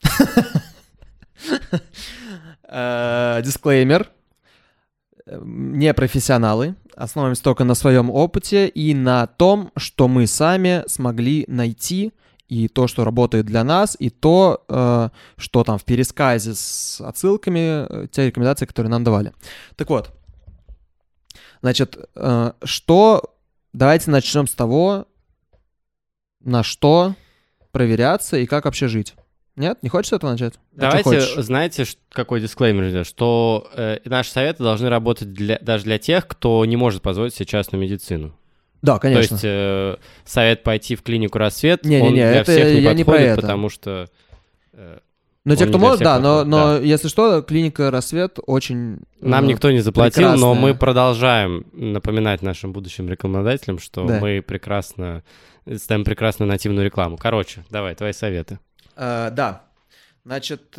Дисклеймер. Не профессионалы. Основываемся только на своем опыте и на том, что мы сами смогли найти, и то, что работает для нас, и то, что там в пересказе с отсылками, те рекомендации, которые нам давали. Так вот, значит, давайте начнем с того, на что проверяться и как вообще жить. Нет? Не хочешь с этого начать? Давайте, знаете, какой дисклеймер идет? Что наши советы должны работать даже для тех, кто не может позволить себе частную медицину. Да, конечно. То есть совет пойти в клинику «Рассвет», он для это всех не я не про подходит, это. потому что... Но те, кто может, да, но да. Если что, клиника «Рассвет» очень Нам никто не заплатил, прекрасная. но мы продолжаем напоминать нашим будущим рекламодателям, что Да. мы ставим прекрасную нативную рекламу. Короче, давай, твои советы. Да. Значит,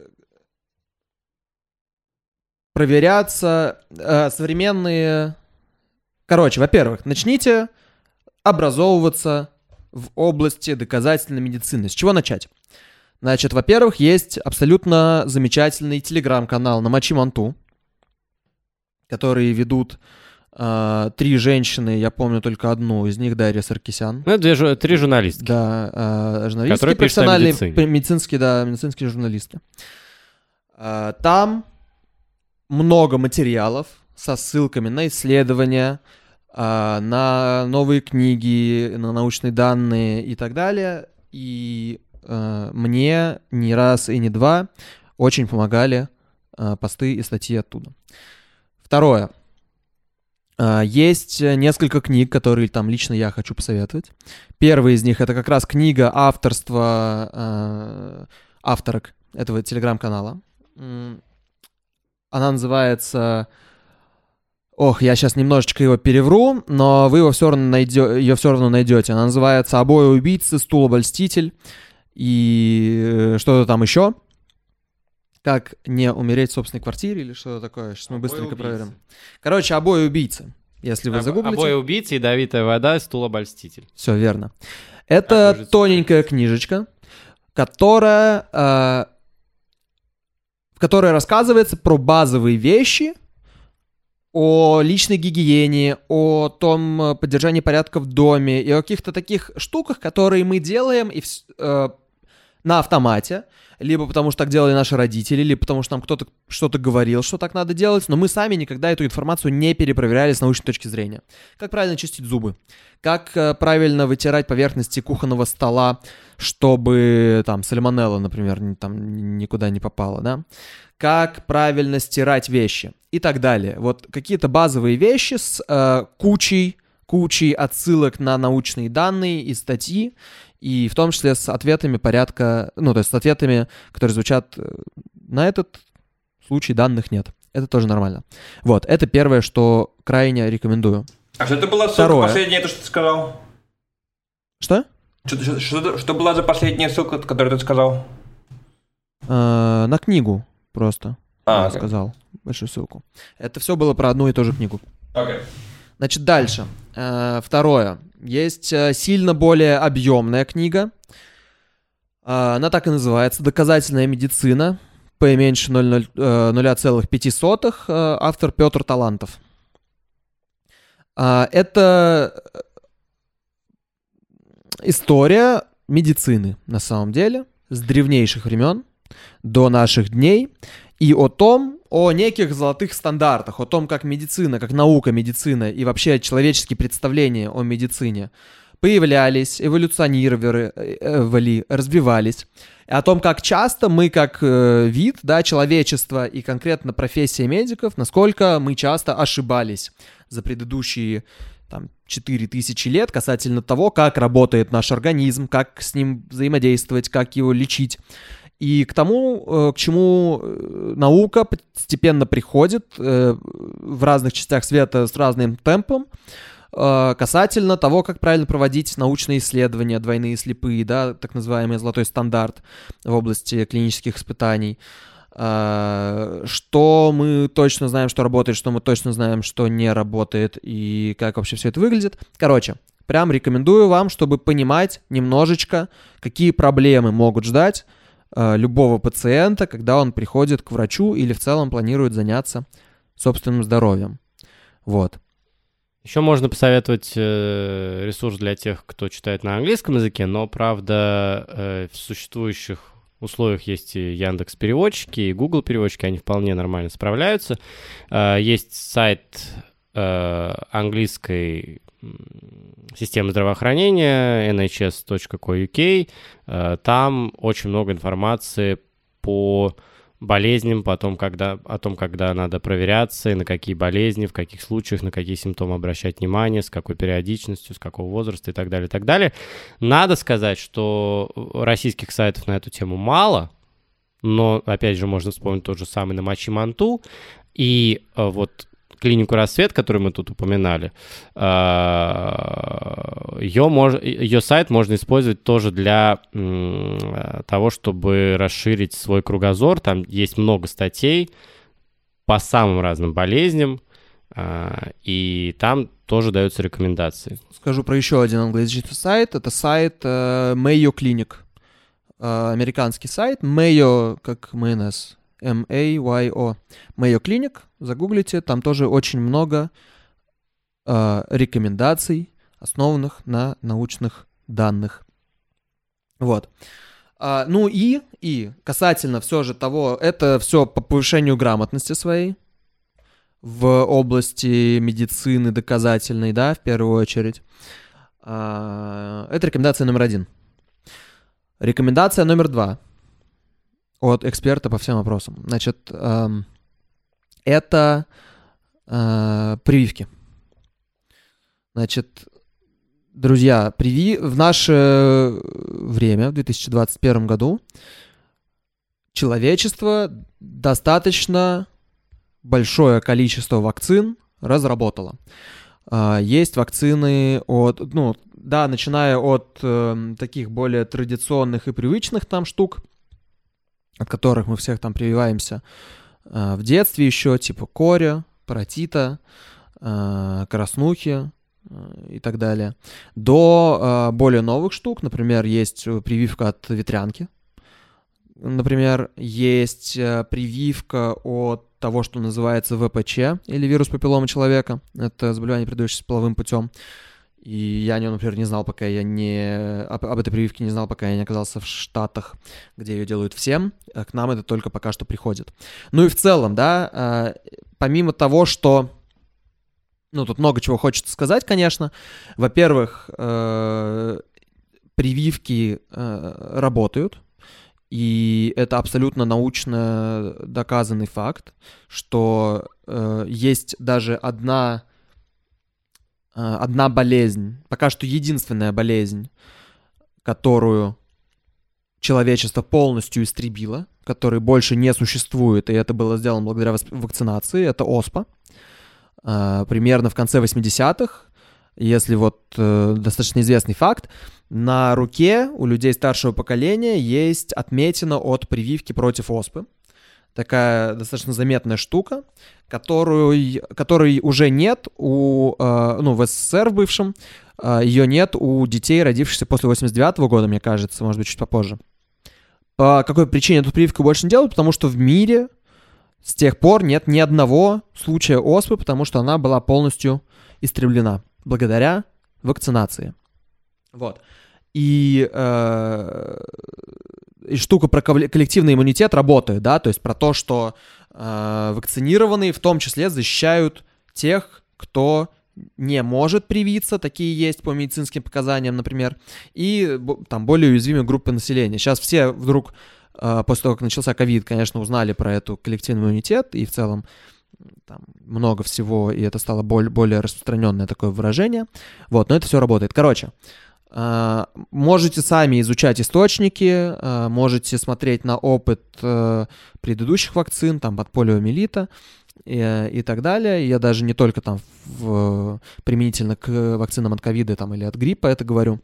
проверяться современные... Короче, во-первых, начните образовываться в области доказательной медицины. С чего начать? Значит, во-первых, есть абсолютно замечательный телеграм-канал «Намочи манту», которые ведут 3 женщины, я помню только одну, из них Дарья Саркисян. Ну, 3 журналистки. Да, журналистки, Которые пишут о профессиональные, медицине. медицинские журналисты. Там много материалов со ссылками на исследования, на новые книги, на научные данные и так далее. И мне не раз и не два очень помогали посты и статьи оттуда. Второе. Есть несколько книг, которые там лично я хочу посоветовать. Первая из них — это как раз книга авторства авторок этого телеграм-канала. Она называется... я сейчас немножечко его перевру, но вы ее все равно найдете. Она называется «Обои убийцы, стул обольститель» и что-то там еще. Как не умереть в собственной квартире или что-то такое. Сейчас мы быстренько проверим. Короче, «Обои убийцы». Если вы загуглите. «Обои убийцы», «Ядовитая вода», «Стул обольститель». Все верно. Это тоненькая книжечка, в которой рассказывается про базовые вещи, о личной гигиене, о том поддержании порядка в доме и о каких-то таких штуках, которые мы делаем на автомате, либо потому что так делали наши родители, либо потому что нам кто-то что-то говорил, что так надо делать, но мы сами никогда эту информацию не перепроверяли с научной точки зрения. Как правильно чистить зубы, как правильно вытирать поверхности кухонного стола, чтобы там сальмонелла, например, там никуда не попала, да? Как правильно стирать вещи и так далее. Вот какие-то базовые вещи с кучей отсылок на научные данные и статьи, и в том числе с ответами порядка, то есть с ответами, которые звучат на этот случай данных нет. Это тоже нормально. Вот, это первое, что крайне рекомендую. А что это была ссылка Второе. последняя, то, что ты сказал? Что? Что была за последняя ссылка, которую ты сказал? На книгу просто. Я окей. сказал большую ссылку. Это все было про одну и ту же книгу. Окей. Значит, дальше. Второе. Есть сильно более объемная книга. Она так и называется «Доказательная медицина». П меньше 0,5. Автор Петр Талантов. Это история медицины, на самом деле, с древнейших времен до наших дней. И о неких золотых стандартах, о том, как медицина, как наука медицины и вообще человеческие представления о медицине появлялись, эволюционировали, развивались. О том, как часто мы как вид, да, человечества и конкретно профессия медиков, насколько мы часто ошибались за предыдущие 4000 лет касательно того, как работает наш организм, как с ним взаимодействовать, как его лечить. И к тому, к чему наука постепенно приходит в разных частях света с разным темпом, касательно того, как правильно проводить научные исследования, двойные слепые, да, так называемый золотой стандарт в области клинических испытаний. Что мы точно знаем, что работает, что мы точно знаем, что не работает, и как вообще все это выглядит. Короче, прям рекомендую вам, чтобы понимать немножечко, какие проблемы могут ждать любого пациента, когда он приходит к врачу или в целом планирует заняться собственным здоровьем. Вот. Еще можно посоветовать ресурс для тех, кто читает на английском языке, но, правда, в существующих условиях есть и Яндекс.Переводчики, и Google переводчики, они вполне нормально справляются. Есть сайт английской системы здравоохранения nhs.co.uk. Там очень много информации по болезням, о том, когда надо проверяться, и на какие болезни, в каких случаях, на какие симптомы обращать внимание, с какой периодичностью, с какого возраста и так далее, и так далее. Надо сказать, что российских сайтов на эту тему мало, но, опять же, можно вспомнить тот же самый Намочи Манту, и вот клинику «Рассвет», которую мы тут упоминали, ее сайт можно использовать тоже для того, чтобы расширить свой кругозор. Там есть много статей по самым разным болезням, и там тоже даются рекомендации. Скажу про еще один англоязычный сайт. Это сайт Mayo Clinic. Американский сайт. Mayo как майонез. M-A-Y-O. Mayo Clinic. Загуглите. Там тоже очень много рекомендаций, основанных на научных данных. Вот. Ну и касательно все же того, это все по повышению грамотности своей в области медицины доказательной, да, в первую очередь. Это рекомендация номер 1. Рекомендация номер 2 от эксперта по всем вопросам. Значит, это прививки. Значит, друзья, в наше время, в 2021 году, человечество достаточно большое количество вакцин разработало. Есть вакцины начиная от таких более традиционных и привычных там штук, от которых мы всех там прививаемся в детстве еще, типа кори, паротита, краснухи и так далее, до более новых штук. Например, есть прививка от ветрянки. Например, есть прививка от того, что называется ВПЧ, или вирус папилломы человека. Это заболевание, передающееся половым путем. И я о нем, например, не знал, об этой прививке не знал, пока я не оказался в Штатах, где ее делают всем. К нам это только пока что приходит. Ну и в целом, да, помимо того, что... тут много чего хочется сказать, конечно. Во-первых, прививки работают. И это абсолютно научно доказанный факт, что есть даже одна болезнь, пока что единственная болезнь, которую человечество полностью истребило, которой больше не существует, и это было сделано благодаря вакцинации, это оспа. Примерно в конце 80-х, если достаточно известный факт, на руке у людей старшего поколения есть отметина от прививки против оспы. Такая достаточно заметная штука, которой уже нет в СССР в бывшем, ее нет у детей, родившихся после 89-го года, мне кажется, может быть, чуть попозже. По какой причине эту прививку больше не делают? Потому что в мире с тех пор нет ни одного случая оспы, потому что она была полностью истреблена благодаря вакцинации. Вот. И штука про коллективный иммунитет работает, да, то есть про то, что вакцинированные в том числе защищают тех, кто не может привиться, такие есть по медицинским показаниям, например, и там более уязвимые группы населения. Сейчас все вдруг, после того, как начался ковид, конечно, узнали про эту коллективный иммунитет, и в целом там много всего, и это стало более распространенное такое выражение. Вот, но это все работает. Короче, можете сами изучать источники, можете смотреть на опыт предыдущих вакцин, там, от полиомиелита и так далее. Я даже не только там применительно к вакцинам от ковида там, или от гриппа это говорю.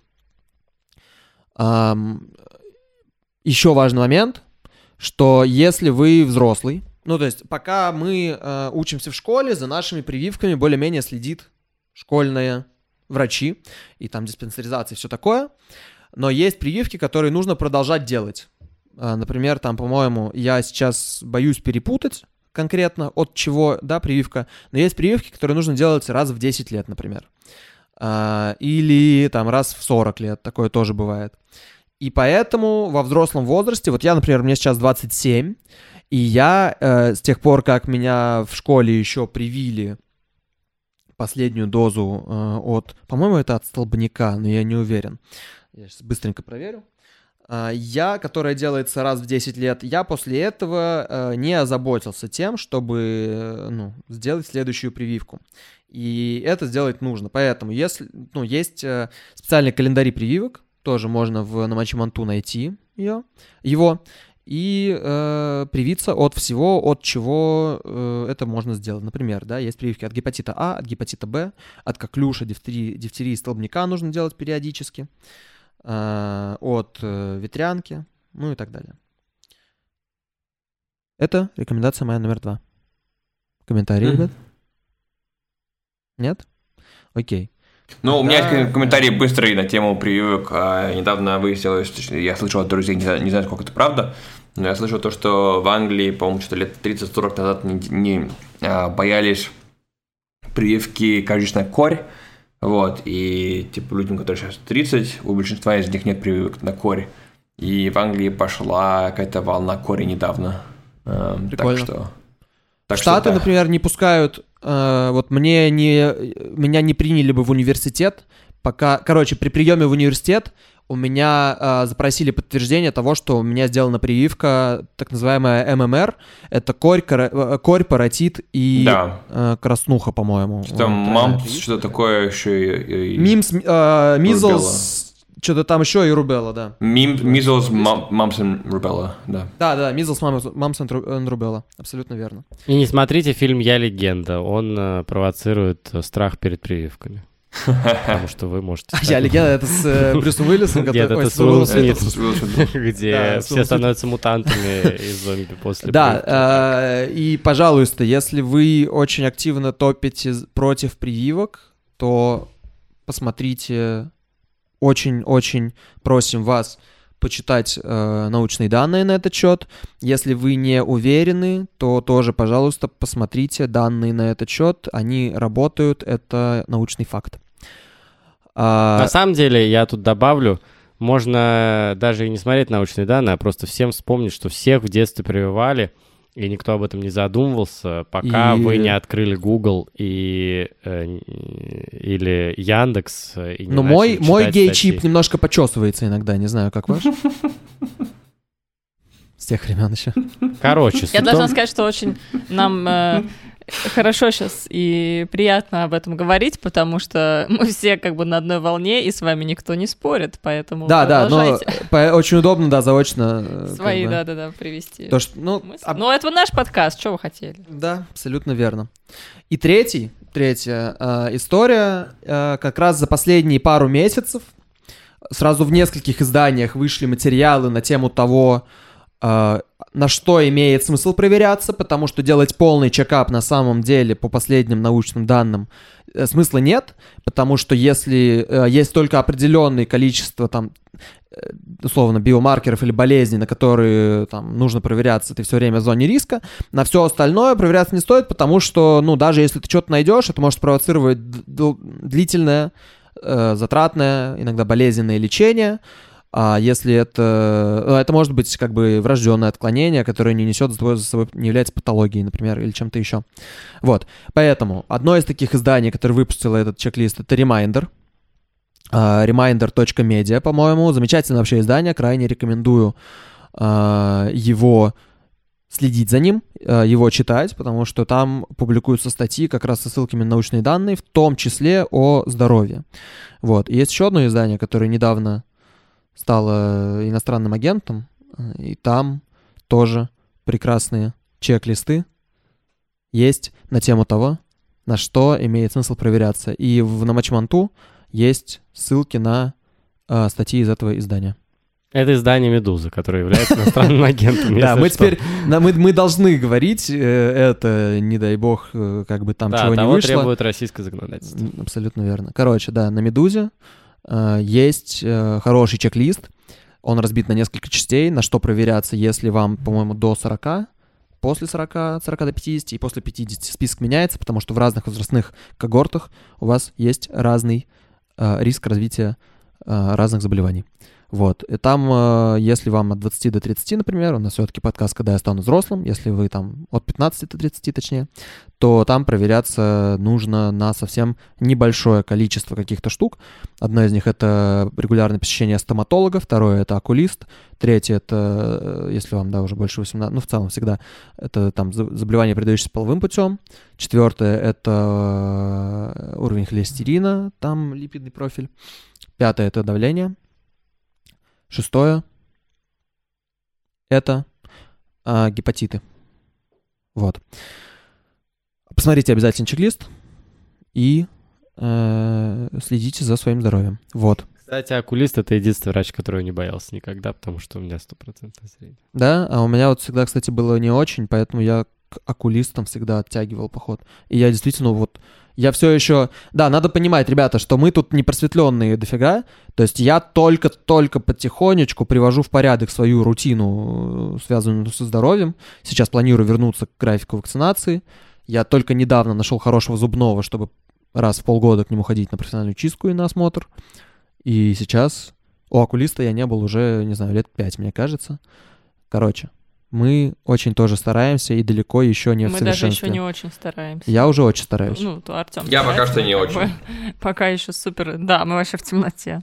Еще важный момент, что если вы взрослый, ну, то есть пока мы учимся в школе, за нашими прививками более-менее следит школьные врачи, и там диспансеризация и все такое, но есть прививки, которые нужно продолжать делать. Например, там, по-моему, я сейчас боюсь перепутать конкретно от чего, да, прививка, но есть прививки, которые нужно делать раз в 10 лет, например, или там раз в 40 лет, такое тоже бывает. И поэтому во взрослом возрасте, вот я, например, мне сейчас 27, и я с тех пор, как меня в школе еще привили последнюю дозу от, по-моему, это от столбняка, но я не уверен, я сейчас быстренько проверю, которая делается раз в 10 лет, я после этого не озаботился тем, чтобы сделать следующую прививку. И это сделать нужно. Поэтому, если есть специальные календари прививок, тоже можно на Мачиманту найти его и привиться от всего, от чего это можно сделать. Например, да, есть прививки от гепатита А, от гепатита Б, от коклюша, дифтерии, столбняка нужно делать периодически, от ветрянки, ну и так далее. Это рекомендация моя номер 2. Комментарии, ребят? Нет? Окей. Ну, у меня есть комментарий быстрый на тему прививок. Недавно выяснилось, я слышал от друзей, не знаю, сколько это правда, но я слышал то, что в Англии, по-моему, что-то лет 30-40 назад не боялись прививки кожичная корь. Вот, и типа людям, которые сейчас 30, у большинства из них нет прививок на корь. И в Англии пошла какая-то волна кори недавно. Прикольно. Так Штаты, что, да. например, не пускают. Вот меня не приняли бы в университет, пока, при приеме в университет у меня запросили подтверждение того, что у меня сделана прививка, так называемая ММР, это корь, паротит и краснуха, по-моему. Что там мампс, что-то такое еще и... Мизлс, что-то там еще и рубелла, да. Measles, mumps and rubella, да. Да, measles, mumps and rubella, абсолютно верно. И не смотрите фильм «Я легенда», он провоцирует страх перед прививками. Потому что вы можете... «Я легенда» — это с Брюсом Уиллисом? Нет, это с Уиллом Смитом, где все становятся мутантами и зомби после прививки. Да, и, пожалуйста, если вы очень активно топите против прививок, то посмотрите... Очень-очень просим вас почитать научные данные на этот счет. Если вы не уверены, то тоже, пожалуйста, посмотрите данные на этот счет. Они работают, это научный факт. На самом деле, я тут добавлю, можно даже и не смотреть научные данные, а просто всем вспомнить, что всех в детстве прививали, и никто об этом не задумывался, пока вы не открыли Google или Яндекс. И не мой гей-чип немножко почесывается иногда, не знаю, как ваш. С тех времен еще. Короче, я должна сказать, что очень нам хорошо сейчас и приятно об этом говорить, потому что мы все как бы на одной волне, и с вами никто не спорит, поэтому продолжайте. Но очень удобно, да, заочно. Свои, да, привести. Но это наш подкаст, что вы хотели? Да, абсолютно верно. И третья история, как раз за последние пару месяцев сразу в нескольких изданиях вышли материалы на тему того, на что имеет смысл проверяться, потому что делать полный чекап на самом деле по последним научным данным смысла нет, потому что если есть только определенное количество там, условно, биомаркеров или болезней, на которые там нужно проверяться, ты все время в зоне риска, на все остальное проверяться не стоит, потому что, даже если ты что-то найдешь, это может спровоцировать длительное, затратное, иногда болезненное лечение. А если это может быть как бы врожденное отклонение, которое не несет за собой, не является патологией, например, или чем-то еще. Вот. Поэтому одно из таких изданий, которое выпустило этот чек-лист, это Reminder. Reminder.media, по-моему. Замечательное вообще издание, крайне рекомендую его следить за ним, его читать, потому что там публикуются статьи как раз со ссылками на научные данные, в том числе о здоровье. Вот. И есть еще одно издание, которое недавно стала иностранным агентом, и там тоже прекрасные чек-листы есть на тему того, на что имеет смысл проверяться. И на Матчманту есть ссылки на статьи из этого издания. Это издание «Медуза», которое является иностранным агентом. Да, мы теперь, мы должны говорить это, не дай бог, как бы там чего не вышло. Да, того требует российское законодательство. Абсолютно верно. Короче, да, на «Медузе» есть хороший чек-лист. Он разбит на несколько частей, на что проверяться, если вам, по-моему, до 40, после 40, от 40 до 50 и после 50 список меняется, потому что в разных возрастных когортах у вас есть разный риск развития разных заболеваний. Вот. И там, если вам от 20 до 30, например, у нас все-таки подкаст «Когда я стану взрослым», если вы там от 15 до 30, точнее, то там проверяться нужно на совсем небольшое количество каких-то штук. Одно из них — это регулярное посещение стоматолога, второе — это окулист, третье — это, если вам, да, уже больше 18, ну, в целом всегда, это там заболевание, передающееся половым путем. Четвертое — это уровень холестерина, там липидный профиль. Пятое — это давление. Шестое — это гепатиты. Вот. Посмотрите обязательно чек-лист и следите за своим здоровьем. Вот. Кстати, окулист — это единственный врач, которого я не боялся никогда, потому что у меня 100% зрение. Да? А у меня вот всегда, кстати, было не очень, поэтому я к окулистам всегда оттягивал поход. И я действительно вот... Я все еще... Да, надо понимать, ребята, что мы тут не просветленные дофига. То есть я только потихонечку привожу в порядок свою рутину, связанную со здоровьем. Сейчас планирую вернуться к графику вакцинации. Я только недавно нашел хорошего зубного, чтобы раз в полгода к нему ходить на профессиональную чистку и на осмотр. И сейчас у окулиста я не был уже, не знаю, лет 5, мне кажется. Короче, мы очень тоже стараемся и далеко еще не в совершенстве. Мы даже еще не очень стараемся. Я уже очень стараюсь. Ну, то Артём. Я пока что не очень. Пока еще супер. Да, мы вообще в темноте.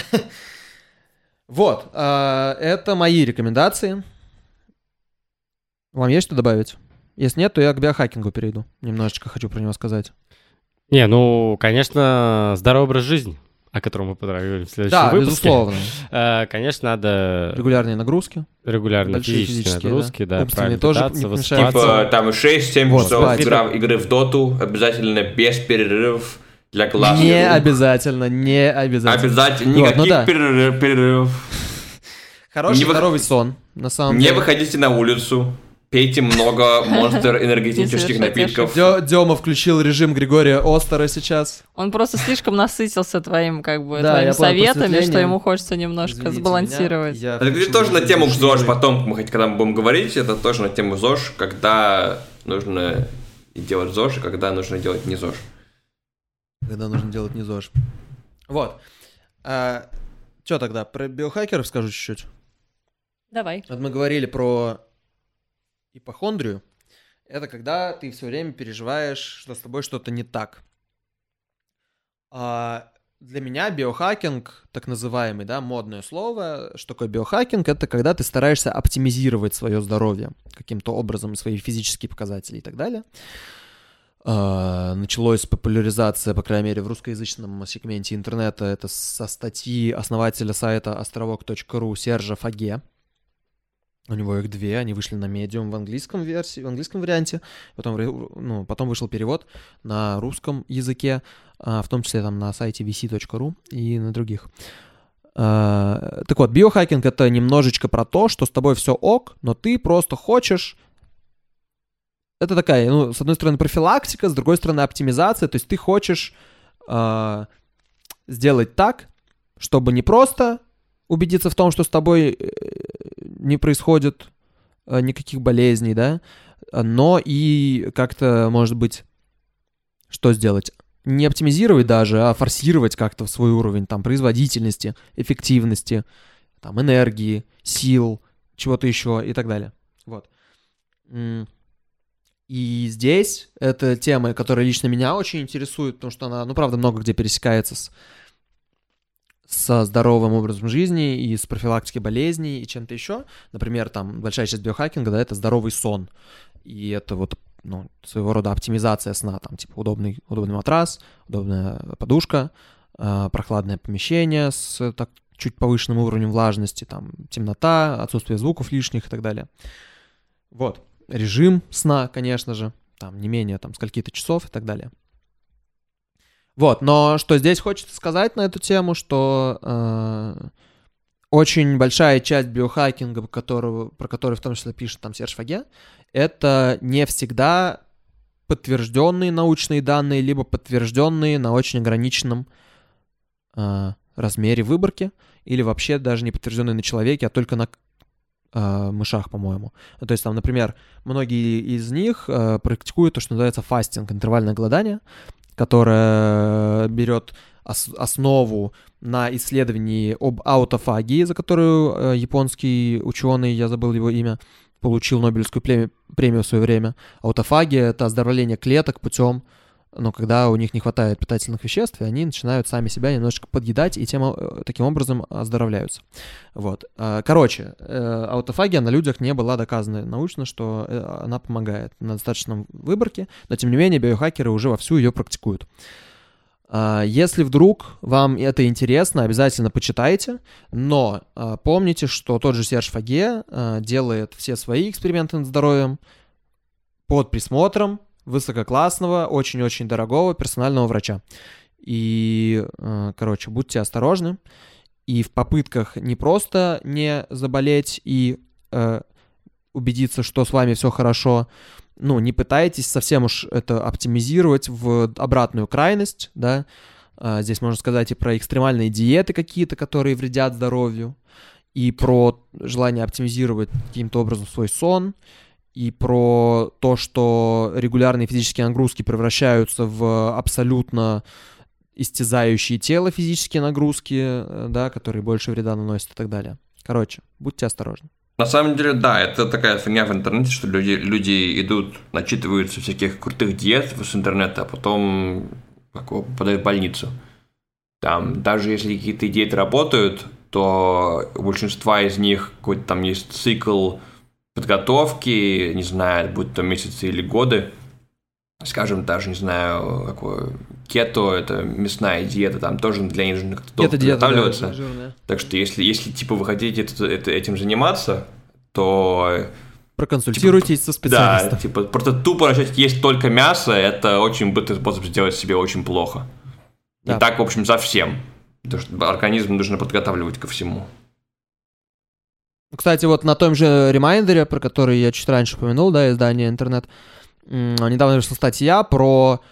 Вот, это мои рекомендации. Вам есть что добавить? Если нет, то я к биохакингу перейду. Немножечко хочу про него сказать. Не, ну, конечно, здоровый образ жизни, о котором мы поговорим в следующем выпуске. Безусловно. Конечно, надо... Регулярные нагрузки. Регулярные Большие физические нагрузки, да, умственные правильно тоже питаться, не помешают. Типа там 6-7 Вот, часов спать. игры в доту, обязательно без перерывов для глаз. и Не рук. обязательно, не обязательно. Обязательно, Вот, никаких ну да. перерывов. Хороший Не вы- здоровый сон, на самом Не деле. выходите на улицу, пейте много Monster энергетических Не совершайте напитков. Дема включил режим Григория Остера сейчас. Он просто слишком насытился твоими Да, твоими я понял, советами, что просветлением. ему хочется немножко Извините сбалансировать. меня, я Это, кстати, включил тоже на режим тему душнилы. ЗОЖ, потом мы когда мы будем говорить, это тоже на тему ЗОЖ, когда нужно делать ЗОЖ, и когда нужно делать не ЗОЖ. Когда нужно делать не ЗОЖ. Вот. Что тогда, про биохакеров скажу чуть-чуть. Давай. Вот мы говорили про ипохондрию. Это когда ты все время переживаешь, что с тобой что-то не так. Для меня биохакинг, так называемый, да, модное слово, что такое биохакинг, это когда ты стараешься оптимизировать свое здоровье каким-то образом, свои физические показатели и так далее. Началась популяризация, по крайней мере, в русскоязычном сегменте интернета, это со статьи основателя сайта островок.ру Сержа Фаге. У него их две, они вышли на Medium в английском варианте, потом вышел перевод на русском языке, в том числе там на сайте vc.ru и на других. Так вот, биохакинг — это немножечко про то, что с тобой все ок, но ты просто хочешь... Это такая, с одной стороны, профилактика, с другой стороны, оптимизация, то есть ты хочешь сделать так, чтобы не просто убедиться в том, что с тобой не происходит никаких болезней, да, но и как-то, может быть, что сделать? Не оптимизировать даже, а форсировать как-то в свой уровень там производительности, эффективности, там энергии, сил, чего-то еще и так далее. Вот. И здесь это тема, которая лично меня очень интересует, потому что она, правда, много где пересекается со здоровым образом жизни и с профилактикой болезней и чем-то еще. Например, там большая часть биохакинга, да, это здоровый сон. И это вот, своего рода оптимизация сна, там, типа удобный матрас, удобная подушка, прохладное помещение с так чуть повышенным уровнем влажности, там, темнота, отсутствие звуков лишних и так далее. Вот. Режим сна, конечно же, там, не менее там скольки-то часов и так далее. Вот, но что здесь хочется сказать на эту тему, что очень большая часть биохакинга, про который в том числе пишет там Серж Фаге, это не всегда подтвержденные научные данные, либо подтвержденные на очень ограниченном размере выборки, или вообще даже не подтвержденные на человеке, а только на мышах, по-моему. То есть там, например, многие из них практикуют то, что называется фастинг, интервальное голодание, которое берет основу на исследовании об аутофагии, за которую японский ученый, я забыл его имя, получил Нобелевскую премию в свое время. Аутофагия — это оздоровление клеток путем, когда у них не хватает питательных веществ, и они начинают сами себя немножечко подъедать, и таким образом оздоровляются. Вот. Короче, аутофагия на людях не была доказана научно, что она помогает на достаточном выборке, но тем не менее биохакеры уже вовсю ее практикуют. Если вдруг вам это интересно, обязательно почитайте, но помните, что тот же Серж Фаге делает все свои эксперименты над здоровьем под присмотром высококлассного, очень-очень дорогого персонального врача. И, короче, будьте осторожны. И в попытках не просто не заболеть и убедиться, что с вами все хорошо, не пытайтесь совсем уж это оптимизировать в обратную крайность, да. Здесь можно сказать и про экстремальные диеты какие-то, которые вредят здоровью, и про желание оптимизировать каким-то образом свой сон, и про то, что регулярные физические нагрузки превращаются в абсолютно истязающие тело физические нагрузки, да, которые больше вреда наносят и так далее. Короче, будьте осторожны. На самом деле, да, это такая фигня в интернете, что люди идут, начитываются всяких крутых диет с интернета, а потом попадают в больницу. Там, даже если какие-то диеты работают, то у большинства из них какой-то там есть цикл подготовки, не знаю, будь то месяцы или годы. Скажем, даже, не знаю, какое кето, это мясная диета, там тоже для них нужно как-то долго подготавливаться. Да, жирная. Так что если типа вы хотите этим заниматься, то... Проконсультируйтесь со специалистом. Да, типа просто тупо начать есть только мясо, это очень быстрый способ сделать себе очень плохо. Да. И так, в общем, совсем. Потому что организм нужно подготавливать ко всему. Кстати, вот на том же ремайндере, про который я чуть раньше упомянул, да, издание «Интернет», недавно вышла статья про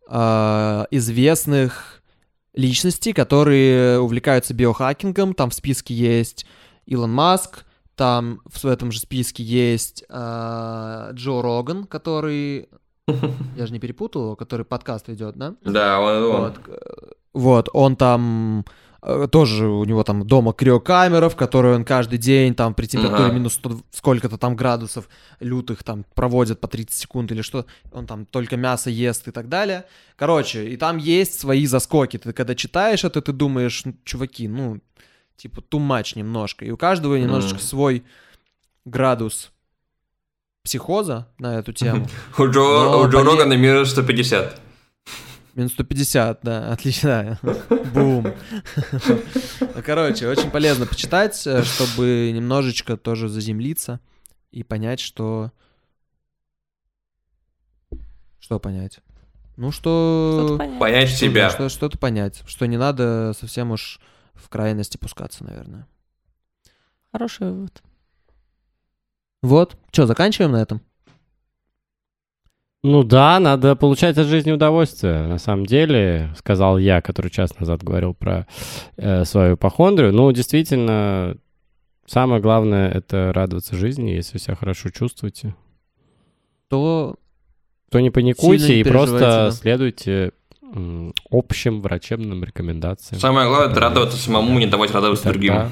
известных личностей, которые увлекаются биохакингом. Там в списке есть Илон Маск, там в этом же списке есть Джо Роган, который... Я же не перепутал его, который подкаст ведет, да? Да, он. Вот, он там... Тоже у него там дома криокамера, в которой он каждый день там при температуре минус 100, сколько-то там градусов лютых там проводит по 30 секунд или что. Он там только мясо ест и так далее. Короче, и там есть свои заскоки. Ты когда читаешь это, ты думаешь, чуваки, типа too much немножко. И у каждого немножечко свой градус психоза на эту тему. У Джо Рогана минус 150. Минус 150, да, отлично. Бум. Короче, очень полезно почитать, чтобы немножечко тоже заземлиться и понять, что... Что понять? Что... Понять себя. Что-то понять. Что не надо совсем уж в крайности пускаться, наверное. Хороший вывод. Вот. Что, заканчиваем на этом? Да, надо получать от жизни удовольствие. На самом деле, сказал я, который час назад говорил про свою ипохондрию. Действительно, самое главное — это радоваться жизни. Если себя хорошо чувствуете, то не паникуйте и просто следуйте общим врачебным рекомендациям. Самое главное — это радоваться самому, не давать радоваться другим.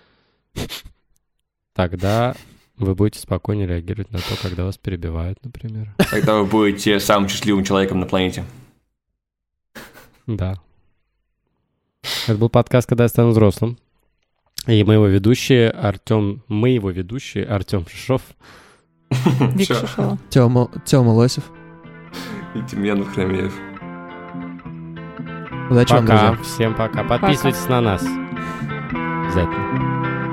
Тогда вы будете спокойнее реагировать на то, когда вас перебивают, например. Тогда вы будете самым счастливым человеком на планете. Да. Это был подкаст «Когда я стану взрослым». И мы его ведущие Артем Шишов. Вик Шишова. Тёма Лосев. И Тимьян Храмеев. Удачи вам, друзья. Всем пока. Подписывайтесь на нас. Обязательно.